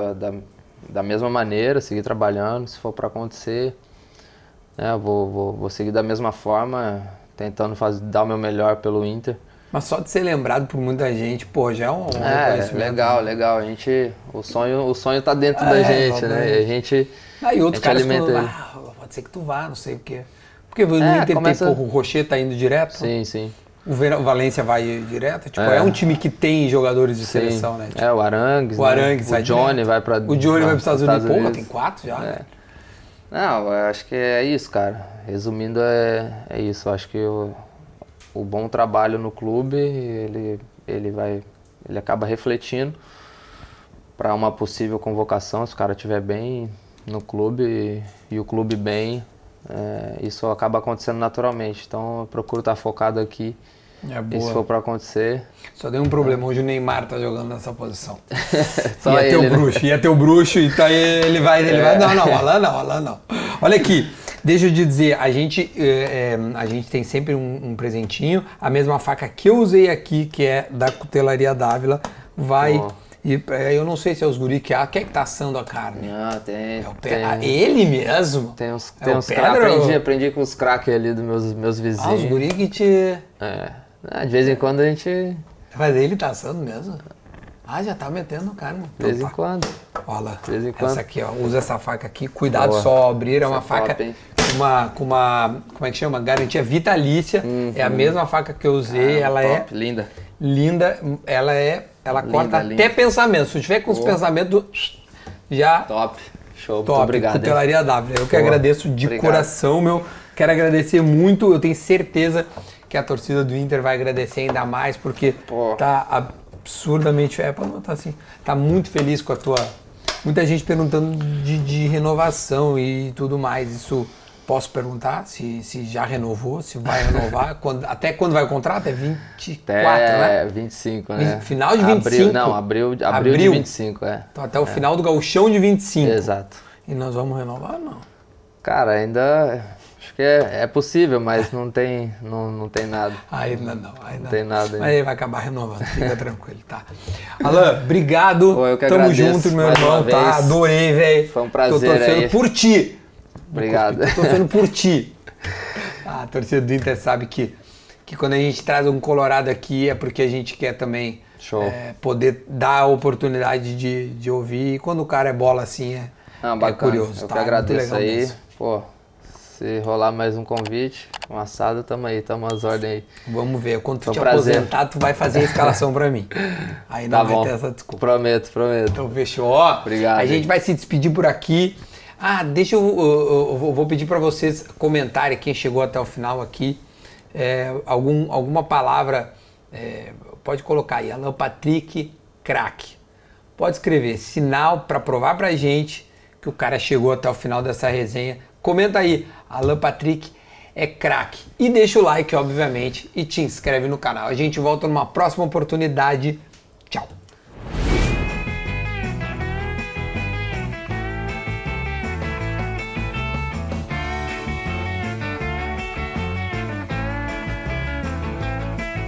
da mesma maneira, seguir trabalhando, se for para acontecer, né, vou seguir da mesma forma, tentando dar o meu melhor pelo Inter. Mas só de ser lembrado por muita gente, pô, já é um reconhecimento. Legal. O sonho tá dentro da gente, né? E a gente aí outros caras alimenta pode ser que tu vá, não sei o quê. Porque no Inter o Rocher tá indo direto. Sim. O Valência vai direto? Tipo, é um time que tem jogadores de seleção, né? Tipo, o Arangues, o Johnny vai para o Johnny vai para os Estados Unidos. Porra, tem 4 já. Não, eu acho que é isso, cara. Resumindo, é isso. Eu acho que o bom trabalho no clube, ele acaba refletindo para uma possível convocação, se o cara estiver bem no clube e o clube bem, isso acaba acontecendo naturalmente. Então eu procuro estar focado aqui. E se for para acontecer... Só deu um problema, hoje o Neymar tá jogando nessa posição. Só ia ter o bruxo, e tá ele vai... Não, Alan não. Olha aqui. Deixa eu te dizer, a gente tem sempre um presentinho, a mesma faca que eu usei aqui, que é da Cutelaria Dávila, vai... E eu não sei se é os guri quem é que tá assando a carne. Não, tem. Ele mesmo? Tem uns craques, aprendi com os craques ali dos meus vizinhos. Os guri que te... De vez em quando a gente... Mas ele tá assando mesmo? Já tá metendo carne. De vez em quando. Olha, de vez em quando. Essa aqui, ó, usa essa faca aqui, cuidado só ao abrir, é uma faca com uma, como é que chama? Garantia vitalícia, é a mesma faca que eu usei, ela top, linda. Linda, ela corta até pensamento, se tu tiver com os pensamentos, já... Top, show, top. Muito obrigado. Cutelaria W, eu que agradeço de coração, meu, quero agradecer muito, eu tenho certeza que a torcida do Inter vai agradecer ainda mais, porque tá absurdamente, pode botar assim, tá muito feliz com a tua... Muita gente perguntando de renovação e tudo mais, isso posso perguntar se já renovou, se vai renovar, até quando vai o contrato? É 24, né? 25, né? Final de 25? Abril de 25, Então até o final do gauchão de 25. Exato. E nós vamos renovar ou não? Cara, ainda... Acho que é possível, mas não tem nada. Ainda não. Não tem nada ainda. Mas ele vai acabar renovando, fica tranquilo, tá? Alan, obrigado. Pô, eu que Tamo agradeço junto, meu irmão, tá? Adorei, velho. Foi um prazer. Tô torcendo por ti. Obrigado. Tô torcendo por ti. A torcida do Inter sabe que quando a gente traz um colorado aqui é porque a gente quer também poder dar a oportunidade de ouvir. E quando o cara é bola assim, é curioso. Eu tá? que agradeço aí. Mesmo. Pô, se rolar mais um convite, um assado, tamo às ordens aí. Vamos ver, quando tu te aposentar, tu vai fazer a escalação pra mim. Aí não vai ter essa desculpa. Prometo. Então fechou. Ó, obrigado. A gente vai se despedir por aqui. Deixa eu vou pedir pra vocês comentarem, quem chegou até o final aqui, alguma palavra, pode colocar aí, Alan Patrick, craque. Pode escrever, sinal pra provar pra gente que o cara chegou até o final dessa resenha. Comenta aí, Alan Patrick é craque. E deixa o like, obviamente, e te inscreve no canal. A gente volta numa próxima oportunidade. Tchau.